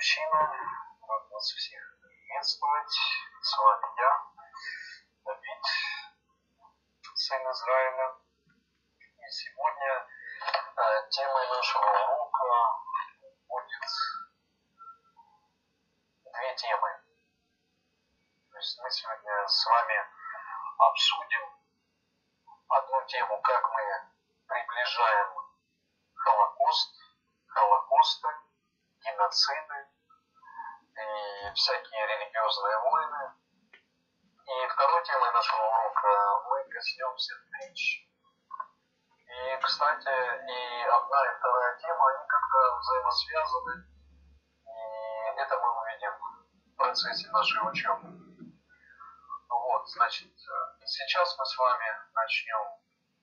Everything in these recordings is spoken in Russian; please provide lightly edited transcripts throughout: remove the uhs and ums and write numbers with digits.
причина. Рад вас всех приветствовать. С вами я, Давид, сын Израиля. И сегодня темой нашего урока будет две темы. То есть мы сегодня с вами обсудим одну тему, как мы приближаем Холокосты, геноциды и всякие религиозные войны. И второй темой нашего урока мы коснемся притч. И, кстати, и одна, и вторая тема, они как-то взаимосвязаны. И это мы увидим в процессе нашей учебы. Вот, значит, сейчас мы с вами начнем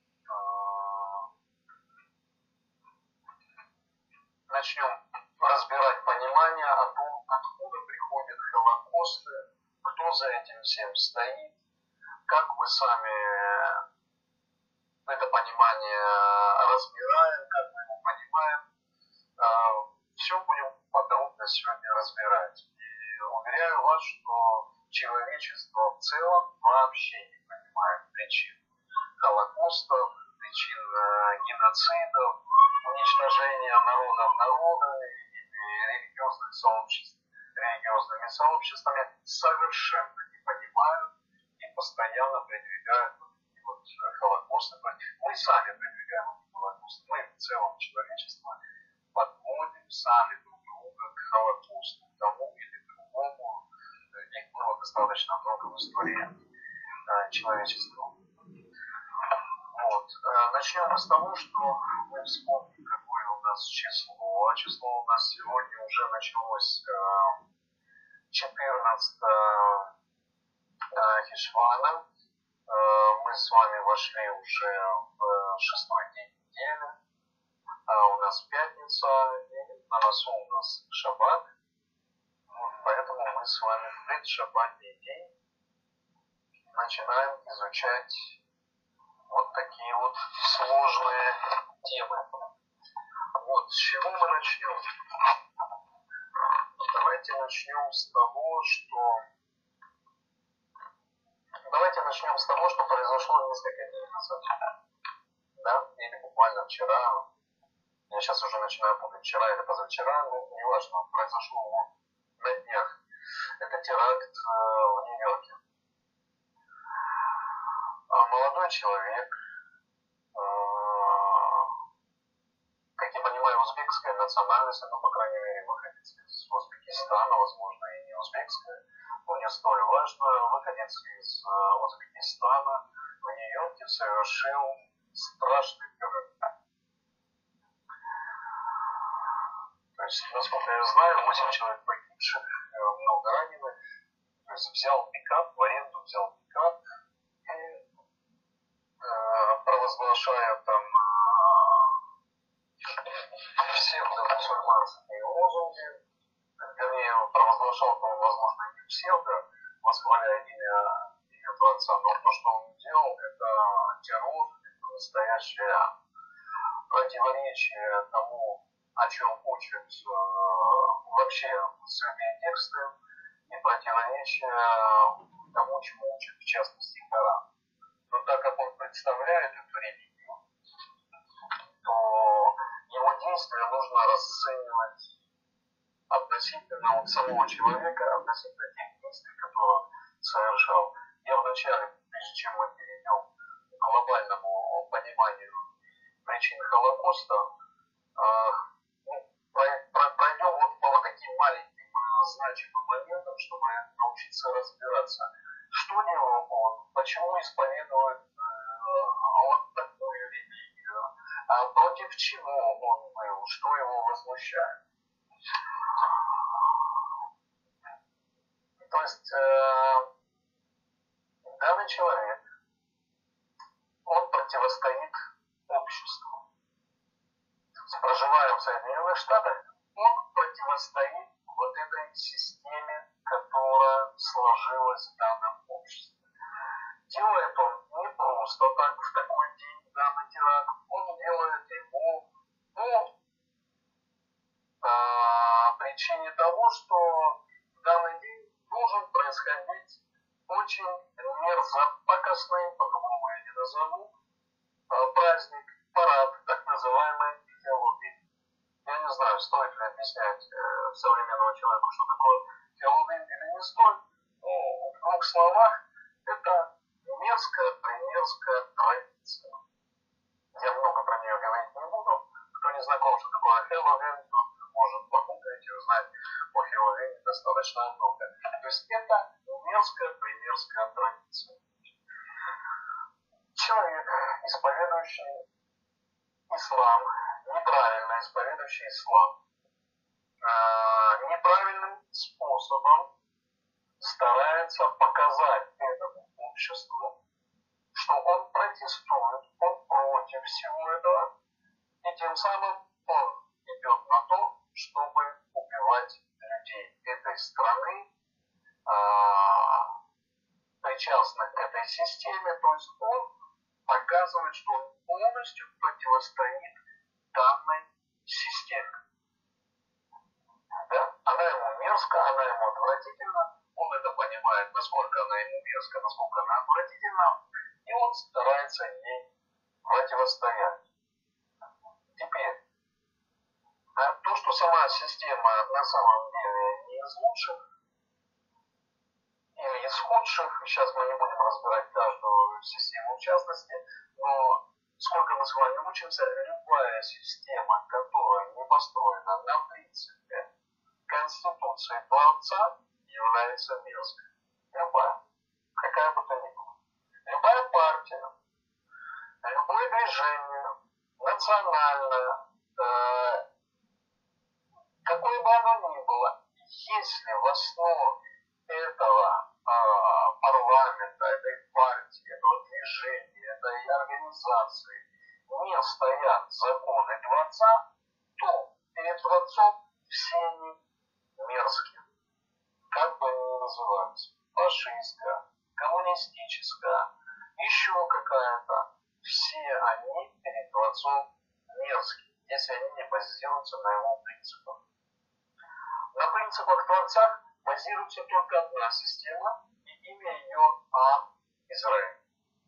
разбирать понимание о том, откуда приходят Холокосты, кто за этим всем стоит, как мы сами это понимание разбираем, как мы его понимаем. Все будем подробно сегодня разбирать. И уверяю вас, что человечество в целом вообще не понимает причин Холокостов, причин геноцидов, уничтожения народов народами и религиозных сообществ религиозными сообществами, совершенно не понимают и постоянно придвигают Холокосты. Мы сами придвигаем Холокосты, мы в целом человечество подводим сами друг друга к Холокосту, к тому или другому. Их было достаточно много в истории человечества. Вот. Начнем мы с того, что мы вспомним, какое у нас число. Число у нас сегодня уже началось 14 Хешвана. Мы с вами вошли уже в 6-й день недели. У нас пятница, и на носу у нас шаббат. Вот, поэтому мы с вами в предшаббатный день начинаем изучать вот такие вот сложные темы. Вот, с чего мы начнем? Давайте начнем с того, что произошло несколько дней назад. Да? Или буквально вчера. Я сейчас уже начинаю путать, вчера или позавчера, но неважно, произошло на днях. Это теракт в Нью-Йорке. Молодой человек, как я понимаю, узбекская национальность, ну, по крайней мере, выходец из Узбекистана, возможно, и не узбекская, но не столь важно, выходец из Узбекистана в Нью-Йорке совершил страшный теракт. То есть, насколько я знаю, 8 человек погибших, много раненых. То есть взял пикап, в аренду взял пикап и, провозглашая там псевдо-мусульманские лозунги, вернее, провозглашал он, возможно, не псевдо, восхваляя имя Творца, но то, что он делал, это террор, это настоящее противоречие тому, о чем учат вообще святые тексты, и противоречие тому, чему учат, в частности, Коран. Но так как он представляет эту религию, то его действия нужно расценивать относительно самого человека, относительно тех действий, которые он совершал. Я вначале, прежде чем мы перейдем к глобальному пониманию причин Холокоста, пройдем вот по вот таким маленьким значимым моментам, чтобы научиться разбираться, что делал он, почему исповедует вот такую религию, против чего он был, что его возмущает. То есть данный человек, он противостоит обществу. Проживая в Соединенных Штатах, он противостоит вот этой системе, которая сложилась в данном обществе. Делает он не просто так в такой день данный теракт, он делает его по причине того, что праздник, парад, так называемый Хэллоуин. Я не знаю, стоит ли объяснять современному человеку, что такое Хэллоуин или не стоит. Но в двух словах это мерзкая, примерская традиция. Я много про нее говорить не буду. Кто не знаком, что такое Хэллоуин, тот может погуглить и узнать о Хэллоуине достаточно много. То есть это мерзкая, примерская традиция. Человек, исповедующий ислам, неправильно исповедующий ислам, неправильным способом старается показать этому обществу, что он протестует, он против всего этого, и тем самым он идет на то, чтобы убивать людей этой страны, причастных к этой системе, то есть он показывает, что он полностью противостоит данной системе. Да? Она ему мерзка, она ему отвратительна, он это понимает, насколько она ему мерзка, насколько она отвратительна, и он старается ей противостоять. Теперь, то, что сама система на самом деле не из лучших или из худших, сейчас мы не будем разбирать каждую систему в частности, но сколько мы с вами учимся, любая система, которая не построена на принципе Конституции Творца, является мерзкой. Любая. Какая бы то ни была. Любая партия, любое движение, национальное, какое бы оно ни было, если в основе этого парламента, этой партии, этого движения, этой организации не стоят законы Творца, то перед Творцом все они мерзкие. Как бы они ни назывались. Фашистская, коммунистическая, еще какая-то. Все они перед Творцом мерзкие, если они не базируются на его принципах. На принципах Творца базируется только одна система, и имя ее Ам Израиль.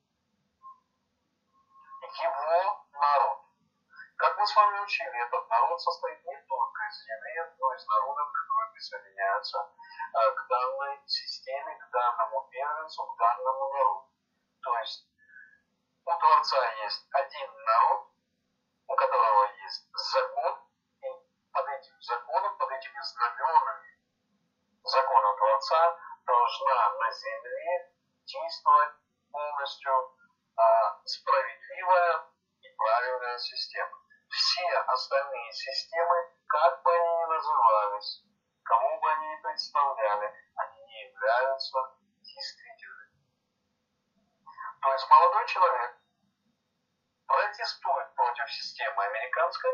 Его народ. Как мы с вами учили, этот народ состоит не только из евреев, но и из народов, которые присоединяются к данной системе, к данному первенцу, к данному народу. То есть у Творца есть один народ, у которого есть закон, и под этим законом, под этими знаменами закона Творца должна на земле действовать полностью справедливая и правильная система. Все остальные системы, как бы они ни назывались, кому бы они ни представляли, они не являются действительными. То есть молодой человек протестует против системы американской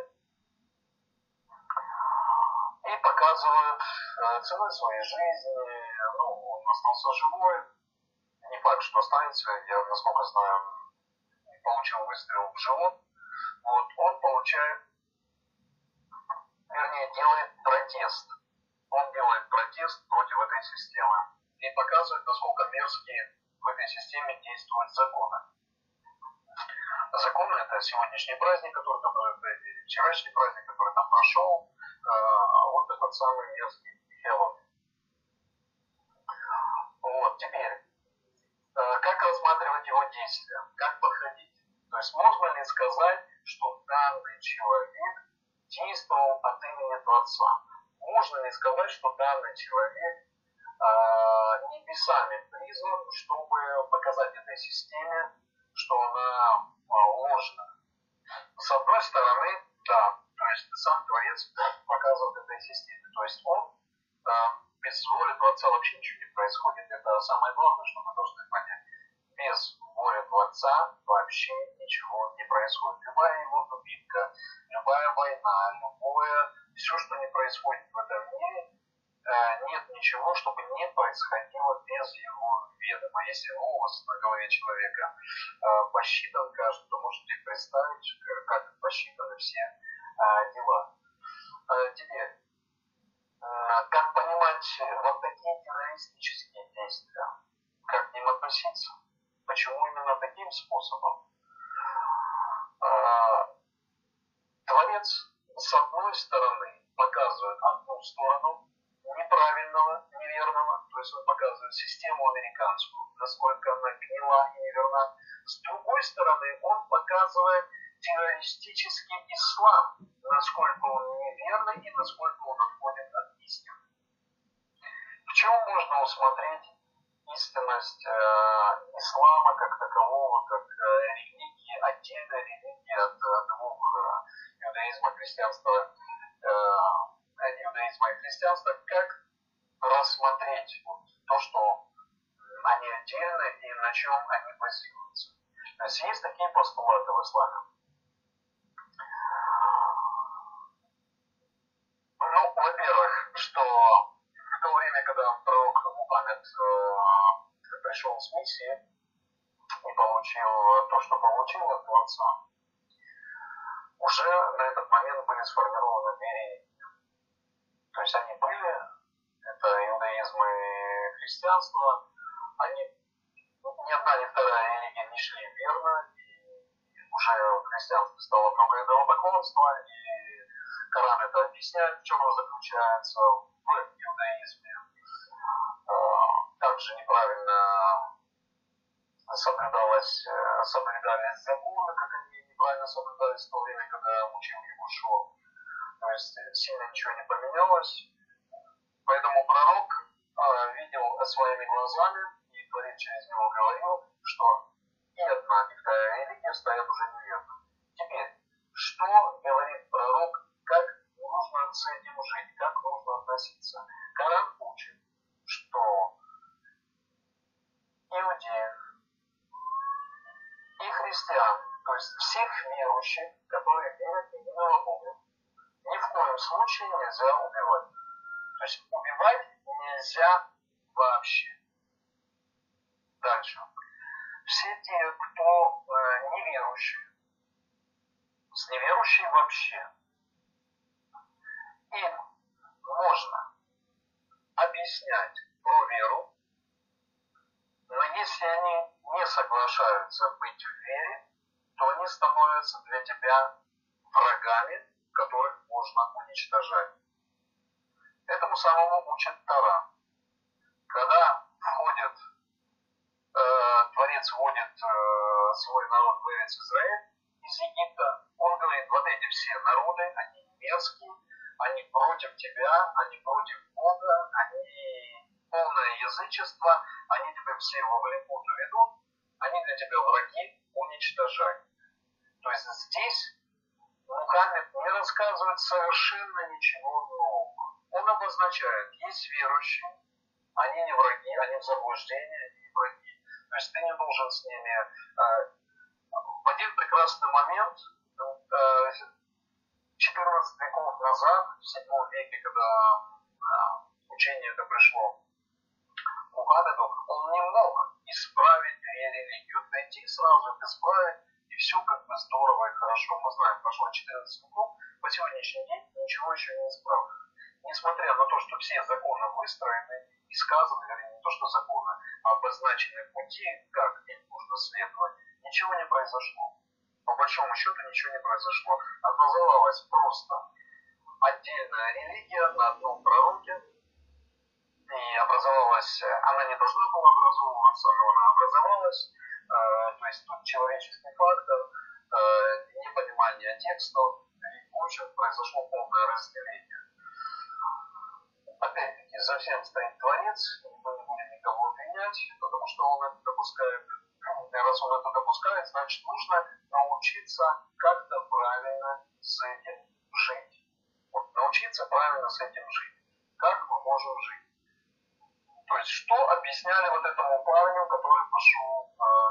и показывает ценой своей жизни, он остался живой, не факт, что останется, я, насколько знаю, получил выстрел в живот, он получает, делает протест. Он делает протест против этой системы и показывает, насколько мерзкие в этой системе действуют законы. Законы — это сегодняшний праздник, который там, вчерашний праздник, который там прошел, вот этот самый мерзкий Хэллоуин. Теперь, как рассматривать его действия, как подходить? То есть можно ли сказать, что данный человек действовал от имени Творца? Можно ли сказать, что данный человек небесами призван, чтобы показать этой системе, что она ложна? С одной стороны, да, то есть сам Творец показывает этой системе. То есть он без воли Творца вообще ничего не происходит. Это самое главное, что мы должны понять. Без воли Творца вообще ничего не происходит. Любая его дубинка, любая война, все, что не происходит в этом мире, нет ничего, чтобы не происходило без его ведома. Если волос на голове человека посчитан каждый, то можете представить, как посчитаны все дела. Теперь, как понимать вот такие террористические действия? Как к ним относиться? Почему именно таким способом? одной стороны показывает одну сторону неправильного, неверного, то есть он показывает систему американскую, насколько она гнила и неверна. С другой стороны, он показывает террористический ислам, насколько он неверный и насколько он отходит от истины. В чем можно усмотреть истинность ислама как такового, как религии, отдельной религии от двух иудаизма и христианства, как рассмотреть то, что они отдельны и на чем они базируются. То есть такие постулаты в исламе. Ну, во-первых, что в то время, когда пророк Мухаммед пришел с миссией и получил то, что получил от Творца, уже на этот момент были сформированы две религии. То есть они были, это иудаизм и христианство, они, ни одна, ни вторая религия не шли верно, и уже в христианстве стало много идолопоклонства, и Коран это объясняет, в чем оно заключается, в иудаизме. Также неправильно соблюдались законы, как они неправильно соблюдались в то время, когда учил Егушо. То есть сильно ничего не поменялось. Поэтому пророк видел своими глазами, и Творец через него говорил, что и одна, и вторая религия стоят уже неверно. Теперь, что говорит пророк, как нужно с этим жить, как нужно относиться? Коран учит, что иудеев и христиан, то есть всех верующих, которые верят в единого Бога, ни в коем случае нельзя убивать. То есть убивать нельзя вообще. Дальше. Все те, кто неверующие, с неверующими вообще, им можно объяснять про веру, но если они не соглашаются быть в вере, то они становятся для тебя врагами, которых можно уничтожать. Этому самому учит Тора. Когда Творец вводит свой народ в Эрец Израиль из Египта, он говорит, вот эти все народы, они мерзкие, они против тебя, они против Бога, они полное язычество, они тебя все во влепут уведут, они для тебя враги, уничтожай. То есть здесь Мухаммед не рассказывает совершенно ничего нового. Он обозначает, есть верующие, они не враги, они в заблуждении, они не враги. То есть ты не должен с ними... В один прекрасный момент, 14 веков назад, в 7 веке, когда учение это пришло к Мухаммеду, он не мог исправить две религии. Вот найти сразу это исправить, и все как бы здорово и хорошо. Мы знаем, прошло 14 веков, по сегодняшний день ничего еще не исправлено. Несмотря на то, что все законы выстроены и сказаны, вернее, не то, что законы, а обозначены пути, как им нужно следовать, ничего не произошло. По большому счету ничего не произошло. Образовалась просто отдельная религия на одном пророке, и образовалась, она не должна была образовываться, но она образовалась, то есть тут человеческий фактор, непонимание текстов, и в общем произошло полное разделение. Опять-таки, за всем стоит Творец, мы не будем никого обвинять, потому что он это допускает. Раз он это допускает, значит нужно научиться как-то правильно с этим жить. Вот, научиться правильно с этим жить. Как мы можем жить? То есть, что объясняли вот этому парню, который пошел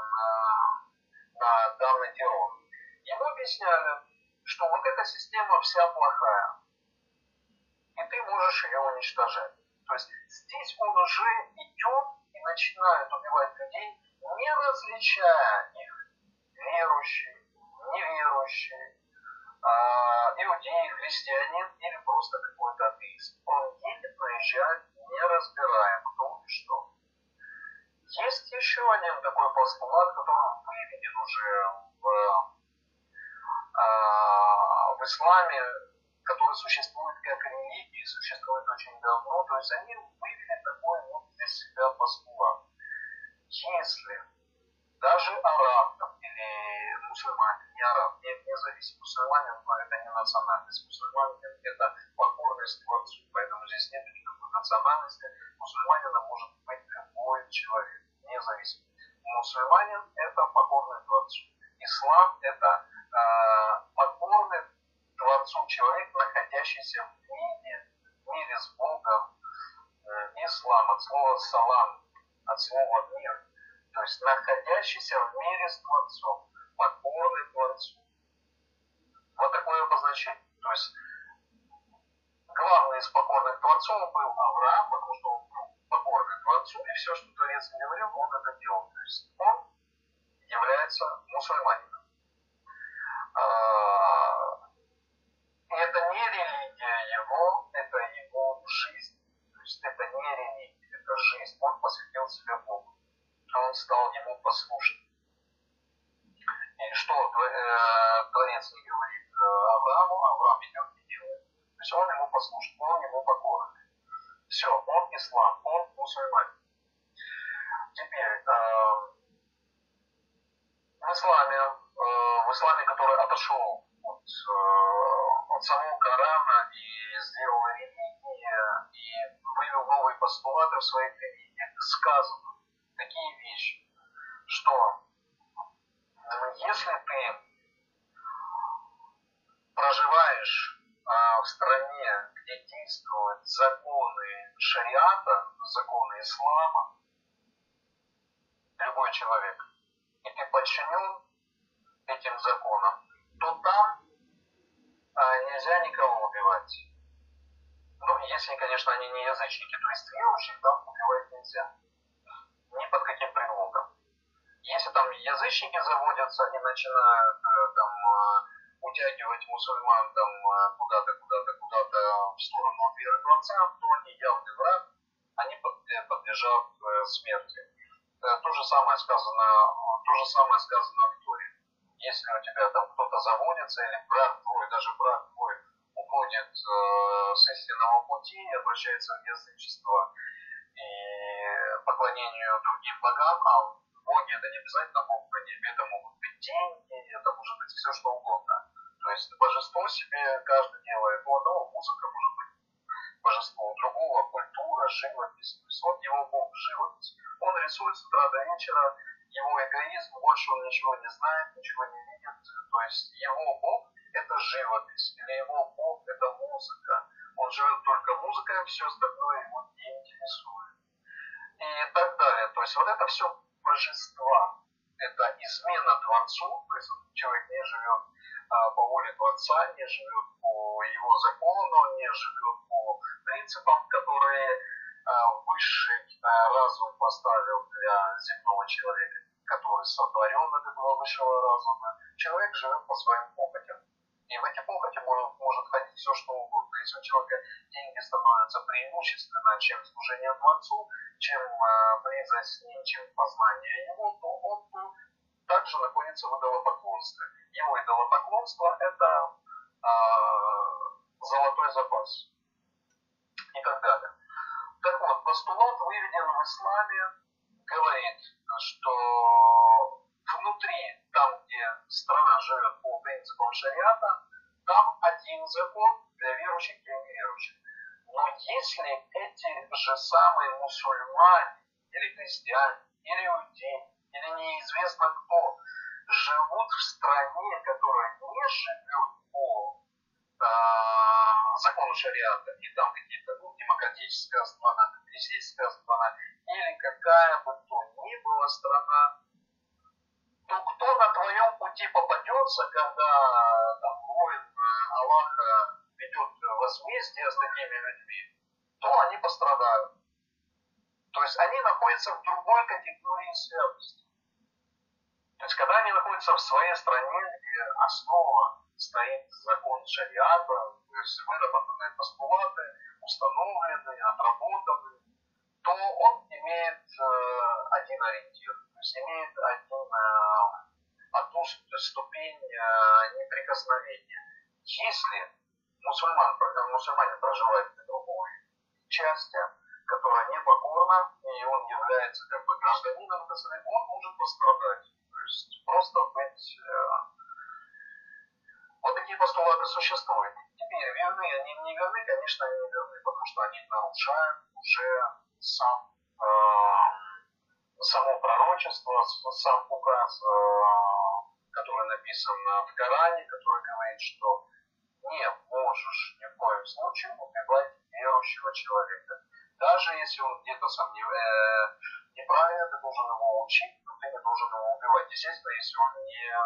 на данный террор? Ему объясняли, что вот эта система вся плохая, и ты можешь ее уничтожать. То есть, здесь он уже идет и начинает убивать людей, не различая их, верующие, неверующие, иудеи, христианин или просто какой-то атеист. Он едет, проезжает, не разбирая, кто и что. Есть еще один такой постулат, который выведен уже в исламе, которые существуют как религии, существуют очень давно, то есть они вывели такой вот для себя постулат. Если даже араб там, или мусульманин, не араб, не зависит, мусульманин, но это не национальность, мусульманин это покорность Творцу, поэтому здесь нет никакой национальности, мусульманином может быть любой человек, независимо. Мусульманин это покорный Творцу, ислам это покорный Творцу человек, находящийся в мире с Богом. Ислам от слова салам, от слова мир, то есть находящийся в мире с Творцом, покорный Творцу. Вот такое обозначение. То есть главный из покорных Творцов был Авраам, потому что он был покорный Творцу, и все, что Творец говорил, он это делал. То есть он является мусульманином. И это не религия его, это его жизнь. То есть это не религия, это жизнь. Он посвятил себя Богу. Он стал ему послушным. И что Творец не говорит Аврааму, Авраам идет и делает. То есть он ему послушен, он ему покорный. Все, он ислам, он мусульманин. Теперь, в исламе, который отошел от самого Корана и сделал религии, и вывел новые постулаты в своих религиях, сказано такие вещи, что если ты проживаешь в стране, где действуют законы шариата, законы ислама, любой человек, и ты подчинен этим законам, то там нельзя никого убивать. Ну, если, конечно, они не язычники, то есть верующих там убивать нельзя. Ни под каким предлогом. Если там язычники заводятся и начинают там утягивать мусульман там куда-то в сторону от веры Творца, то они явный враг, они подлежат смерти. То же самое сказано в Торе. Если у тебя там кто-то заводится, или брат твой, даже брат твой уходит с истинного пути и обращается в язычество и поклонению другим богам, а боги это не обязательно Бог на небе, это могут быть деньги, это может быть все что угодно. То есть божество себе каждый делает, у одного музыка может быть божество, у другого культура, живопись. То есть вот его Бог живопись. Он рисует с утра до вечера, его эгоизм, больше он ничего не знает, ничего не видит. То есть его Бог это живопись, или его Бог это музыка. Он живет только музыкой, все остальное его не интересует. И так далее. То есть вот это все божества. Это измена Творцу, то есть человек не живет по воле Творца, не живет по его закону, не живет по принципам, которые высший разум поставил для земного человека, который сотворен от этого высшего разума. Человек живет по своим похотям. И в эти похоти может ходить все, что угодно. Если у человека деньги становятся преимущественно, чем служение Творцу, чем близость с ним, чем познание его, то он также находится в идолопоклонстве. Его идолопоклонство – это золотой запас и так далее. Так вот, постулат, выведен в исламе, говорит, что внутри, там, где страна живет по принципам шариата, там один закон для верующих, для неверующих. Но если эти же самые мусульмане, или христиане, или иудеи, или неизвестно кто, живут в стране, которая не живет по закону шариата, и там какие-то демократическая страна, христианская страна, или какая бы то ни была страна, то кто на твоем пути попадется, когда там воин Аллаха ведет возмездие с такими людьми, то они пострадают. То есть они находятся в другой категории святости. То есть когда они находятся в своей стране, где основа стоит закон шариата, то есть выработанные постулаты, установленные, отработанные, то он имеет один ориентир, то есть имеет одну ступень неприкосновения. Если мусульманин проживает в другой части, которая непокорна, и он является как бы гражданином этой страны, он может пострадать. То есть просто быть... Вот такие постулаты существуют. Теперь, верны они, не верны, конечно, они не верны, потому что они нарушают уже само пророчество, сам указ, который написан в Коране, который говорит, что не можешь ни в коем случае убивать верующего человека. Даже если он где-то неправильно, ты должен его учить, но ты не должен его убивать. Естественно, если он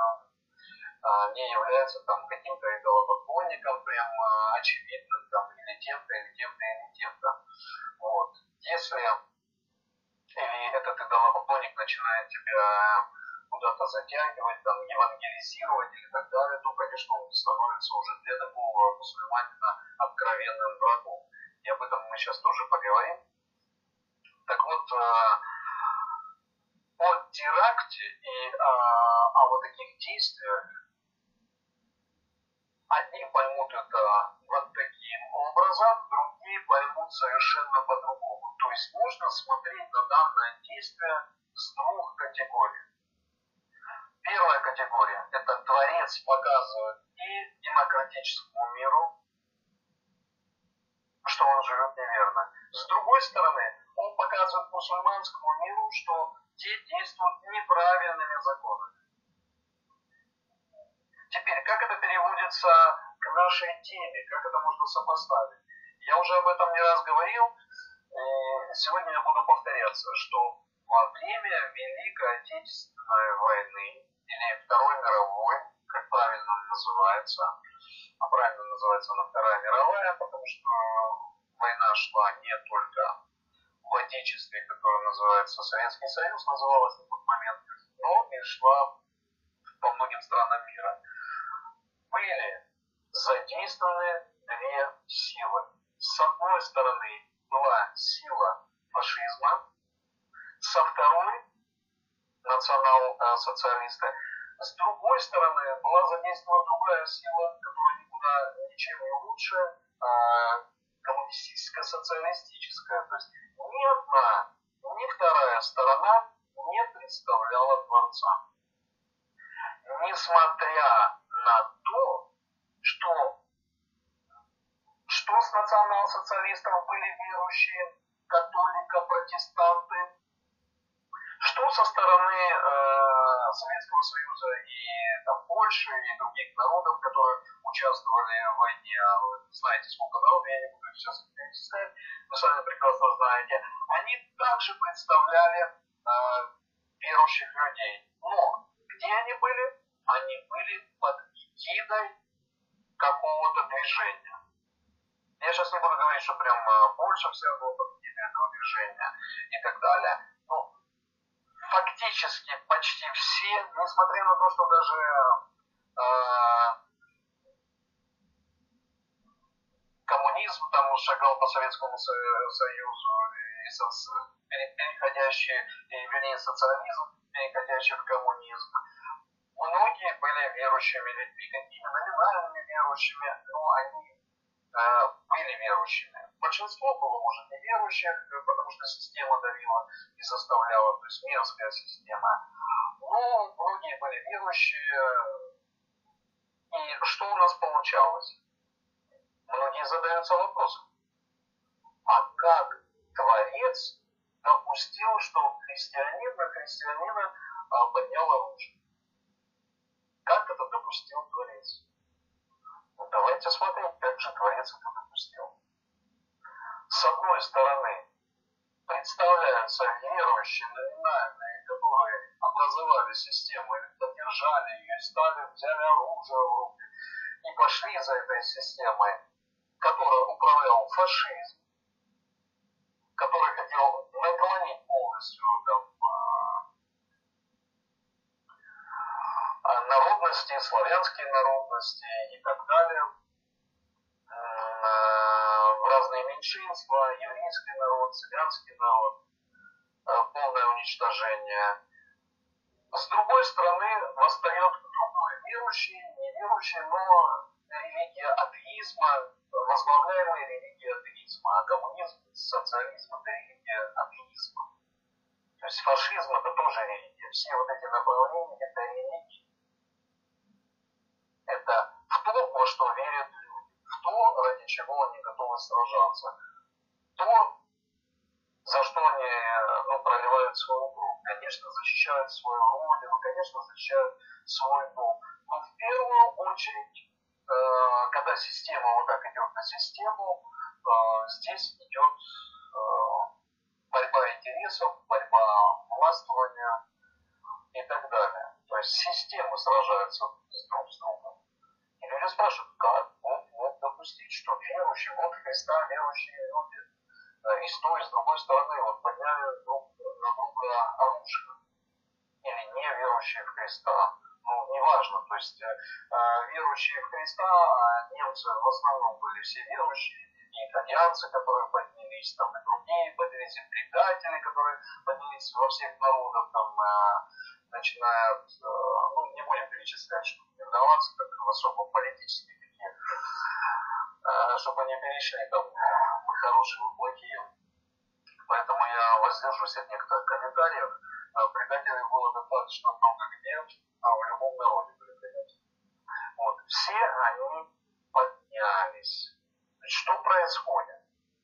не является там каким-то идолопоклонником прям очевидным там, или тем-то, или тем-то, или тем-то. Вот. Если или этот идолопоклонник начинает тебя куда-то затягивать, там, евангелизировать или так далее, то, конечно, он становится уже для такого мусульманина откровенным врагом. И об этом мы сейчас тоже поговорим. Так вот, о теракте и о вот таких действиях одни поймут это вот таким образом, другие поймут совершенно по-другому. То есть можно смотреть на данное действие с двух категорий. Первая категория – это Творец показывает и демократическому миру, что он живет неверно. С другой стороны, он показывает мусульманскому миру, что те действуют неправильными законами. Теперь, как это переводится к нашей теме, как это можно сопоставить? Я уже об этом не раз говорил, и сегодня я буду повторяться, что во время Великой Отечественной войны, или Второй мировой, как правильно он называется, а правильно называется она Вторая мировая, потому что война шла не только в Отечестве, которое называется Советский Союз, называлась на тот момент, но и шла по многим странам мира. Были задействованы две силы. С одной стороны была сила фашизма, со второй национал-социалисты. С другой стороны была задействована другая сила, которая никуда ничем не лучше, коммунистическо-социалистическая. То есть ни одна, ни вторая сторона не представляла Творца. Несмотря на то, что с национал-социалистов были верующие, католико-протестанты, что со стороны Советского Союза и там, Польши и других народов, которые участвовали в войне, знаете, сколько народов, я не буду сейчас перечислять, вы сами прекрасно знаете, они также представляли верующих людей. Но где они были? Они были под эгидой какого-то движения. Я сейчас не буду говорить, что прям Польша вся была под эгидой этого движения и так далее. Но фактически почти все, несмотря на то, что даже коммунизм там шагал по Советскому Союзу, вернее социализм, переходящий в коммунизм, многие были верующими людьми, какими номинальными верующими, но они были верующими. Большинство было, может, неверующих, потому что система давила и заставляла, то есть мирская система. Но многие были верующие. И что у нас получалось? Многие задаются вопросом, а как Творец допустил, что христианин на христианина поднял оружие? Как это допустил Творец? Ну, давайте смотреть, как же Творец это допустил. С одной стороны, представляются верующие номинальные, которые образовали систему, или поддержали ее, взяли оружие в руки и пошли за этой системой, которой управлял фашизм, который хотел наклонить полностью народности, славянские народности и так далее, в разные меньшинства, еврейский народ, цыганский народ, полное уничтожение. С другой стороны, восстает другой верующий, неверующий, но религия атеизма, возглавляемая религия атеизма, а коммунизм, социализм это религия атеизма. То есть фашизм это тоже религия. Все вот эти направления это религии. Это в то, во что верят люди, в то, ради чего они готовы сражаться, то, за что они проливают свою кровь. Конечно, защищают свою родину, конечно, защищают свой дом. Но в первую очередь, когда система вот так идет на систему, здесь идет борьба интересов, борьба властвования и так далее. То есть системы сражаются друг с другом. И люди спрашивают, как Бог мог допустить, что верующие, вот Христа верующие люди, и с той, и с другой стороны вот подняли друг на друга оружие. Или неверующие в Христа. Ну, неважно. То есть верующие в Христа, немцы в основном были все верующие, и итальянцы, которые поднялись, там, и другие поднялись, и предатели, которые поднялись во всех народах, там, начиная от, ну, не будем перечислять, чтобы не вдаваться, как особо политические такие, чтобы они перешли, там, мы хорошие, мы плохие. Поэтому я воздержусь от некоторых комментариев. Предателей было достаточно много где, в любом народе были предатели. Вот. Все они поднялись. Что происходит?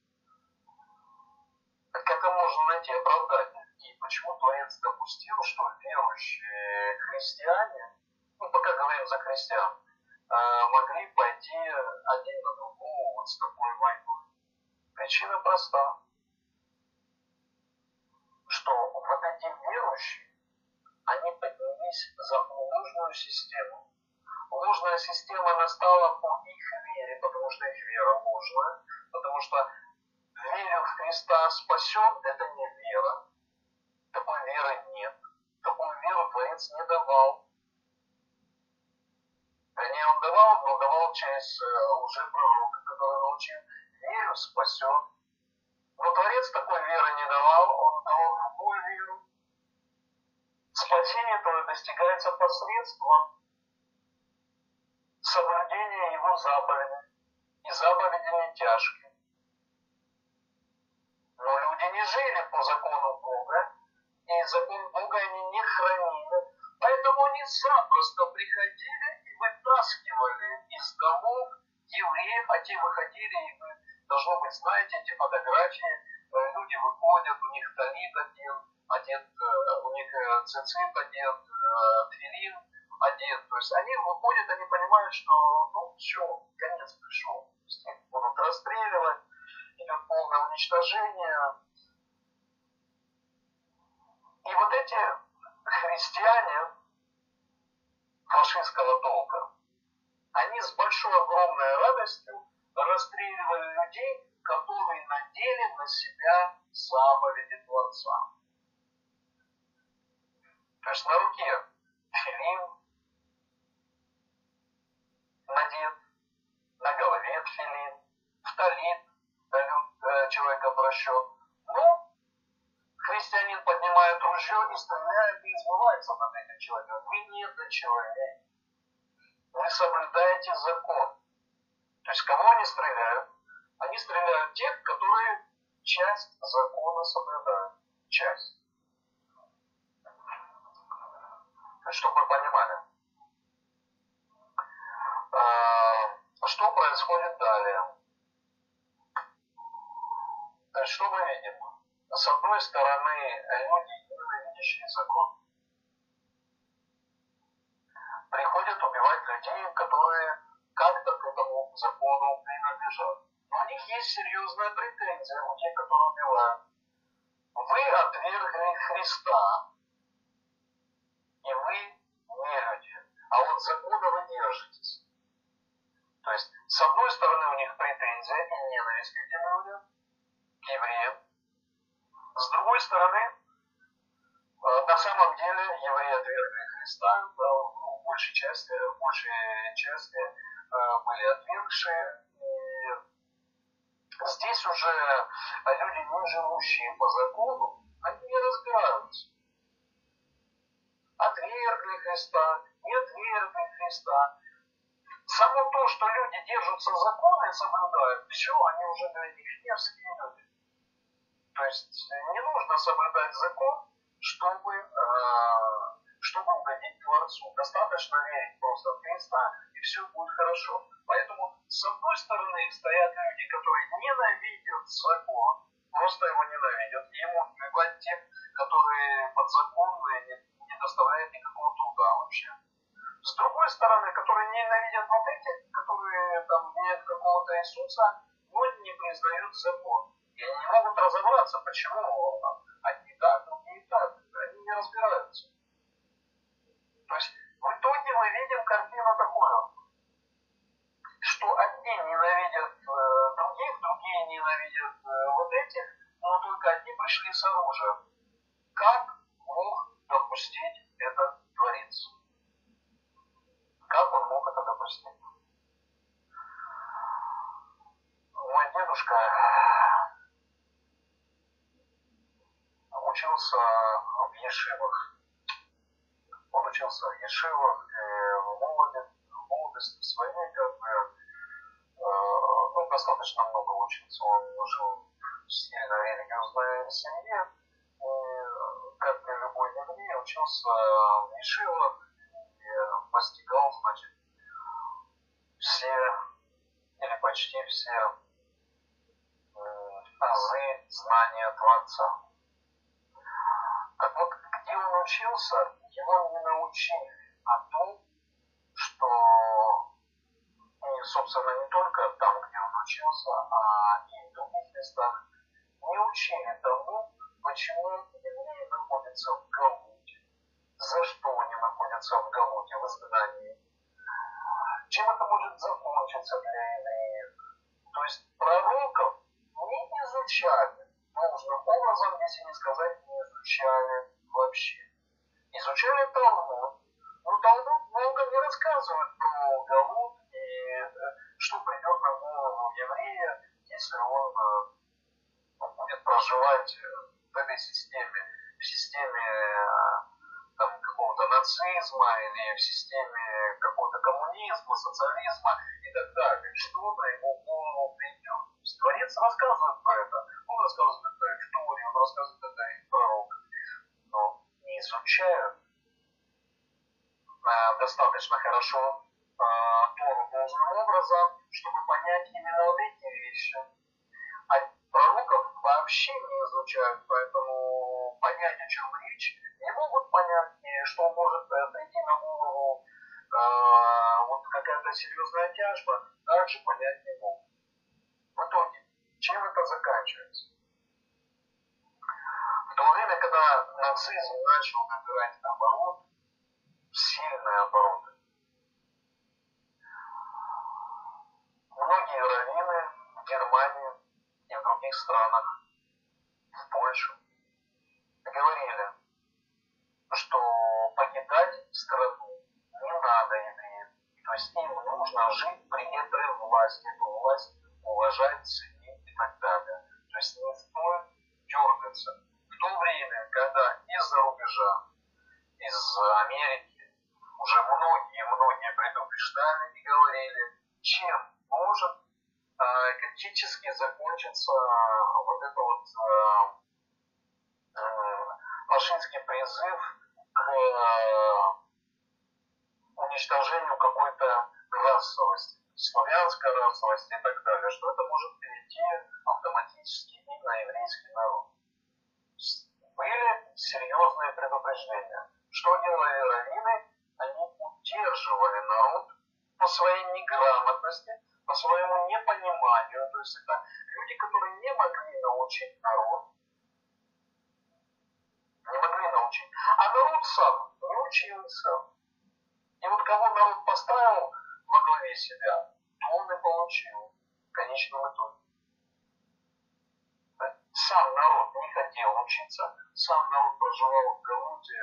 Как это можно найти оправдание? И почему Творец допустил, что верующие христиане, ну пока говорим за христиан, могли пойти один на другого вот с такой войной? Причина проста. Что вот эти верующие, они поднялись за ложную систему. Ложная система настала по их вере, потому что их вера ложная, потому что верил в Христа спасен, это не вера. Такой веры нет. Такую веру Творец не давал. Вернее, он давал, но давал через лжепророка, который научил верю спасен. Но Творец такой веры не давал, он давал другую веру. Спасение твое достигается посредством соблюдения его заповедей. И заповеди не тяжкие. Но люди не жили по закону Бога, и закон Бога они не хранили. Поэтому они запросто приходили и вытаскивали из домов евреев, а те выходили, и вы, должно быть, знаете эти фотографии, люди выходят, у них талит одет, у них цицит одет, тфилин одет. То есть они выходят, они понимают, что ну все, конец пришел. Их будут расстреливать, идет полное уничтожение. И вот эти христиане фашистского толка, они с большой огромной радостью расстреливали людей, которые надели на себя заповеди Творца. То есть на руке тфилин надет, на голове тфилин, в талит человек обращен. Но христианин поднимает ружье и стреляет и измывается над этим человеком. Вы не человек. Вы соблюдаете закон. То есть кого они стреляют? Они стреляют тех, которые часть закона соблюдают. Часть. То есть, чтобы вы понимали. Что происходит далее? То есть, что мы видим? С одной стороны, люди, ненавидящие закон, приходят убивать людей, которые как-то к этому закону принадлежат. Но у них есть серьезная претензия у тех, которые убивают. Вы отвергли Христа, и вы не люди, а вот закона вы держитесь. То есть, с одной стороны, у них претензия и ненависть к этим людям, к евреям. С другой стороны, на самом деле, евреи отвергли Христа, большей части были отвергшие. И здесь уже люди, не живущие по закону, они не разбираются. Отвергли Христа, не отвергли Христа. Само то, что люди держатся закона и соблюдают, все, они уже для них мерзкие люди. То есть не нужно соблюдать закон, чтобы угодить Творцу. Достаточно верить просто в Христа, и все будет хорошо. Поэтому, с одной стороны, стоят люди, которые ненавидят закон, просто его ненавидят, и ему убивать тех, которые подзаконные, не доставляют никакого труда вообще. С другой стороны, которые ненавидят вот этих, которые там верят какого-то Иисуса, но не признают закон. И они не могут разобраться, почему одни так, другие так. Они не разбираются. То есть в итоге мы видим картину такую, что одни ненавидят других, другие ненавидят вот этих, но только одни пришли с оружием. Как мог допустить это Творец? Как он мог это допустить? Мой дедушка учился в ешивах. Он учился в ешивах в молодости своей, ну, достаточно много учился. Он жил в сильно религиозной семье, и, как и любой еврей, учился в ешивах и постигал, значит, все или почти все азы знания Творца. Так вот, где он учился, его не научили о том, что, и, собственно, не только там, где он учился, а и в других местах, не учили тому, почему евреи находятся в Галуте, за что они находятся в Галуте, в изгнании, чем это может закончиться для евреев. То есть пророков не изучали должным образом, если не сказать, не изучали вообще. Изучали Талмуд, но Талмуд много не рассказывает про Галут и что придет на голову еврея, если он будет проживать в этой системе, в системе там, какого-то нацизма или в системе какого-то коммунизма, социализма и так далее. Что на его голову придет? Творец рассказывает про это. Он рассказывает это в Торе, он рассказывает это и в пророках. Но не изучают достаточно хорошо Тору должным образом, чтобы понять именно вот эти вещи. А пророков вообще не изучают, поэтому понять, о чем речь, не могут понять, и что может прийти на голову вот какая-то серьезная тяжба, также понять не могут. В итоге, чем это заканчивается? В то время, когда нацизм начал набирать оборот, сильные обороты, многие раввины в Германии и в других странах, в Польше, говорили, что покидать страну не надо евреям. То есть им нужно жить при этой власти, эту власть уважать, ценить и так далее. То есть не стоит дергаться. В то время, когда из-за рубежа, из Америки, уже многие предупреждали и говорили, чем может критически закончиться вот это вот фашистский призыв к уничтожению какой-то расовости, славянской расовости и так далее, что это может перейти автоматически и на еврейский народ. Были серьезные предупреждения. Что делали раввины? Они удерживали народ по своей неграмотности, по своему непониманию. То есть это люди, которые не могли научить народ, не могли научить, а народ сам не учился. И вот кого народ поставил во главе себя, то он и получил в конечном итоге. Сам народ не хотел учиться, сам народ проживал в Галуте,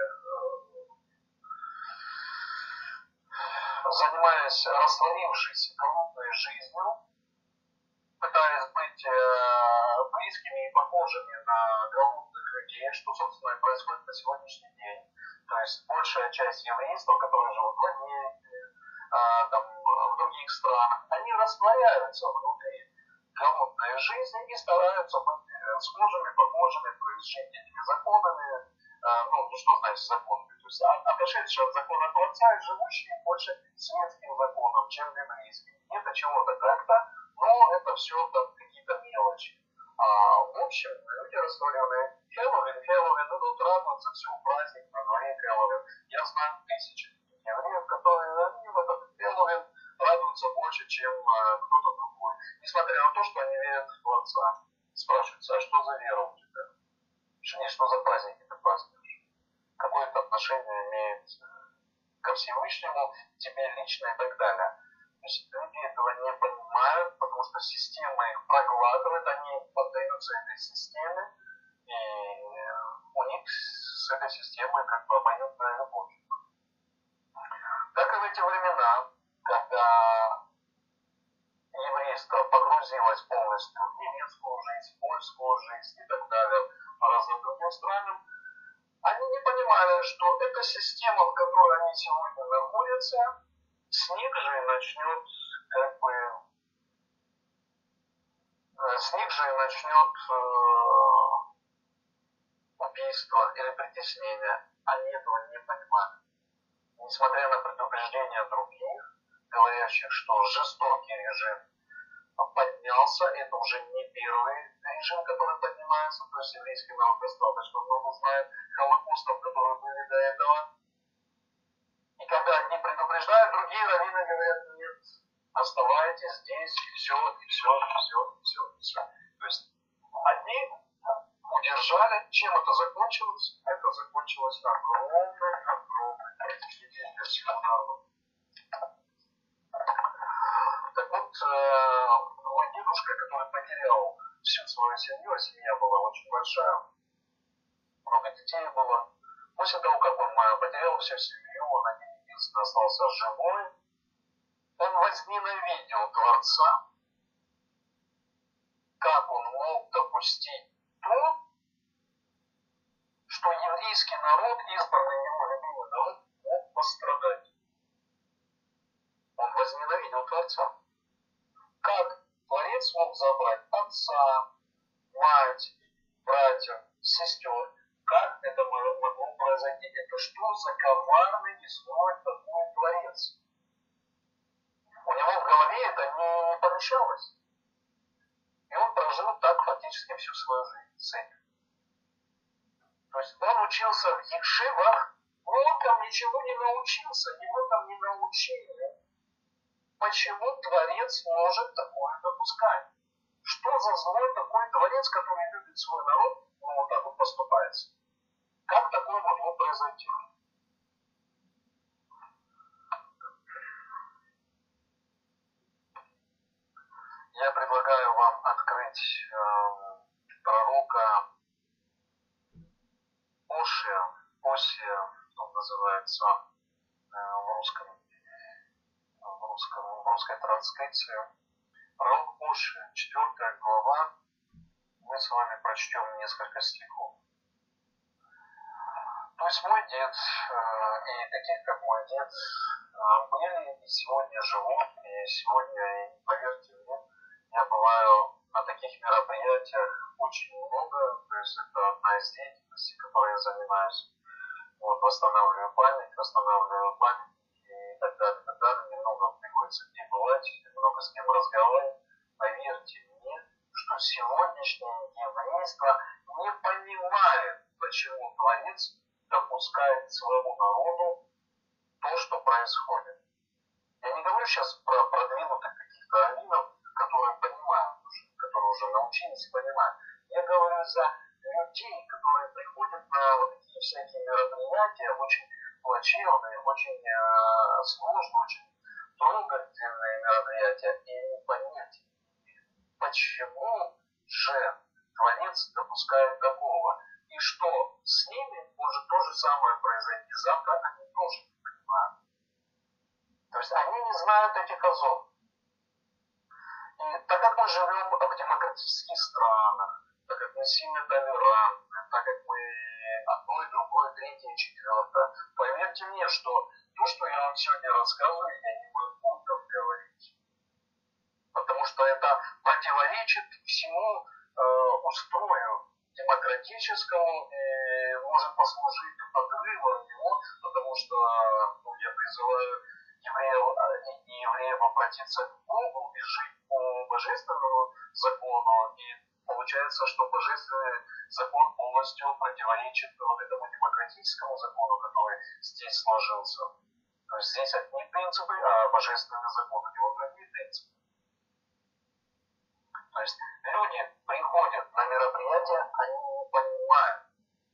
занимаясь растворившейся галутной жизнью, пытаясь быть близкими и похожими на галутных людей, что, собственно, и происходит на сегодняшний день. То есть большая часть еврейства, которые живут в Америке, там, в других странах, они растворяются внутри голодной жизни и стараются быть схожими, похожими, то есть жить этими законами, ну что значит законами, то есть отошедшие от закона Творца и живущие больше светским законом, чем библейским. Где-то чего-то как-то, но это все там какие-то мелочи. А в общем, люди растворенные. Хэллоуин, идут радоваться, все, праздник на дворе Хэллоуин. Я знаю тысячи евреев, которые они в этот Хэллоуин радуются больше, чем кто-то другой. Несмотря на то, что они верят в Творца. Спрашиваются, а что за вера у тебя? Что за праздники ты празднуешь? Какое это отношение имеет ко Всевышнему, тебе лично и так далее. То есть люди этого не понимают, потому что система их проглатывает, они поддаются этой системе, и у них с этой системой как бы обоюдная любовь. Так и в эти времена, когда еврейство погрузилось полностью в немецкую жизнь, польскую жизнь и так далее, по разным другим странам, они не понимали, что эта система, в которой они сегодня находятся, с них же и начнет убийство или притеснение. Они этого не понимали. Несмотря на предупреждения других, говорящих, что жестокий режим поднялся, это уже не первый режим, который поднимается, то есть еврейский народ достаточно много знает холокостов, которые были до этого. И когда одни предупреждают, другие раввины говорят, нет, оставайтесь здесь, и все. То есть одни удержали. Чем это закончилось? Это закончилось огромной трагедией для всего народа. Так вот, мой дедушка, который потерял всю свою семью, а семья была очень большая, много детей было. После того, как он потерял всю семью, он один единственный остался живой, он возненавидел Творца. Как он мог допустить то, что еврейский народ, избранный его любимый народ, мог пострадать. Он возненавидел Творца. Как Творец мог забрать отца, мать, братьев, сестер? Как это могло произойти? Это что за коварный и злой такой Творец? У него в голове это не помещалось. И он прожил так фактически всю свою жизнь с этим. То есть он учился в ешивах, но он там ничего не научился, его там не научили. Почему Творец может такое допускать? Что за злой такой Творец, который любит свой народ, но вот так вот поступается? Как такое могло произойти? Я предлагаю вам открыть пророка Осия, он называется в русской транскрипции. Пророк Осия, 4 глава. Мы с вами прочтем несколько стихов. То есть мой дед и таких, как мой дед, были и сегодня живут, и сегодня, поверьте мне, я бываю на таких мероприятиях очень много, то есть это одна из деятельностей, которой я занимаюсь. Вот, восстанавливаю память и так далее. Немного приходится где бывать, много с кем разговаривать. Поверьте мне, что сегодняшнее еврейство не понимает, почему Творец допускает своему народу то, что происходит. Я не говорю сейчас про продвинутых каких-то раввинов, которые понимают уже, которые уже научились понимать. Я говорю за людей, которые приходят на вот такие всякие мероприятия, очень плачевные, очень сложные, очень трогательные мероприятия, и не понять, почему же Творец допускает такого, и что с ними может то же самое произойти завтра, они тоже не понимают. То есть они не знают этих азов. И так как мы живем в демократических странах, так как мы сильно толерантны, так как мы одно и другое, третье и четвертое, поверьте мне, что то, что я вам сегодня рассказываю, я не могу там говорить что это противоречит всему устрою демократическому и может послужить подрывом его, потому что я призываю евреев обратиться к Богу и жить по божественному закону, и получается, что божественный закон полностью противоречит вот этому демократическому закону, который здесь сложился. То есть здесь одни принципы, а божественный закон у него другие принципы. То есть люди приходят на мероприятие, они не понимают,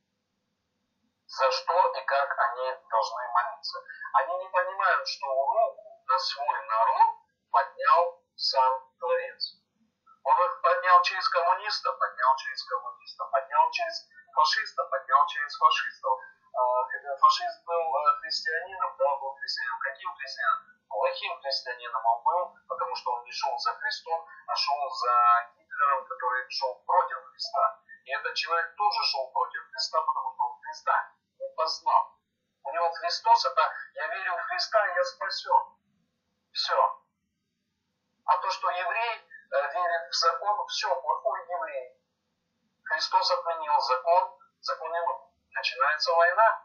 за что и как они должны молиться. Они не понимают, что руку на свой народ поднял сам Творец. Он их поднял через коммунистов, поднял через фашистов, поднял через фашистов. Фашист был христианином, да, был христианином. Каким христианином? Плохим христианином он был, потому что он не шел за Христом, а шел за Гитлером, который шел против Христа. И этот человек тоже шел против Христа, потому что он Христа не познал. У него Христос это «я верю в Христа, я спасен». Все. А то, что еврей верит в закон, все, плохой еврей. Христос отменил закон ему. Начинается война.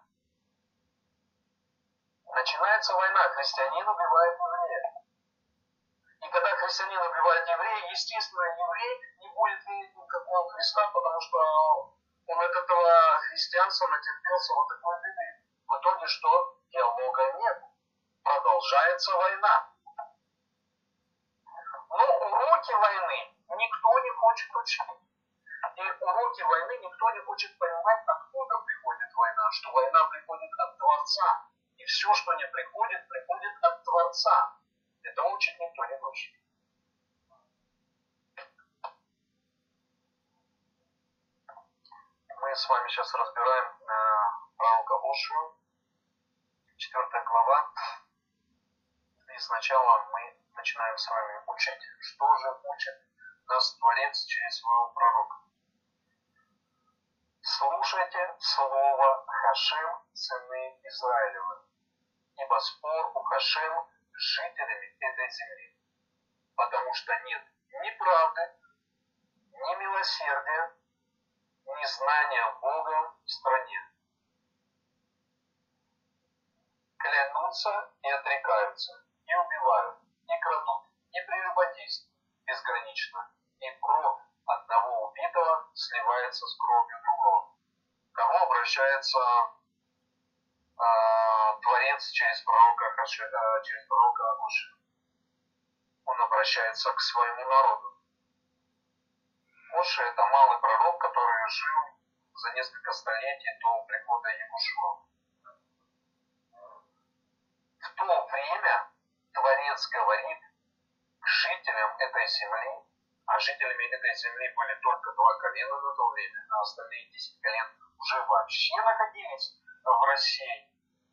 Христианин убивает еврея. И когда христианин убивает еврея, естественно, еврей не будет верить никакого Христа, потому что он от этого христианства натерпелся вот такой беды. В итоге что? Диалога нет. Продолжается война. Но уроки войны никто не хочет учить. И уроки войны никто не хочет понимать, откуда приходит война. Что война приходит от Творца. И все, что не приходит, приходит от Творца. Это учить никто не хочет. Мы с вами сейчас разбираем пророка Ошию, 4 глава. И сначала мы начинаем с вами учить. Что же учит нас Творец через своего пророка? Слушайте слово Хашем, сыны Израилевы, ибо спор у Хашем с жителями этой земли, потому что нет ни правды, ни милосердия, ни знания Бога в стране. Клянутся и отрекаются, и убивают, и крадут, и прелюбодействуют безгранично, и кровь одного убитого сливается с кровью другого. К кому обращается Творец через пророка Ошию? Он обращается к своему народу. Ошия — это малый пророк, который жил за несколько столетий до прихода Иешуа. В то время Творец говорит к жителям этой земли, а жителями этой земли были только 2 колена на то время, а остальные 10 колен уже вообще находились в России.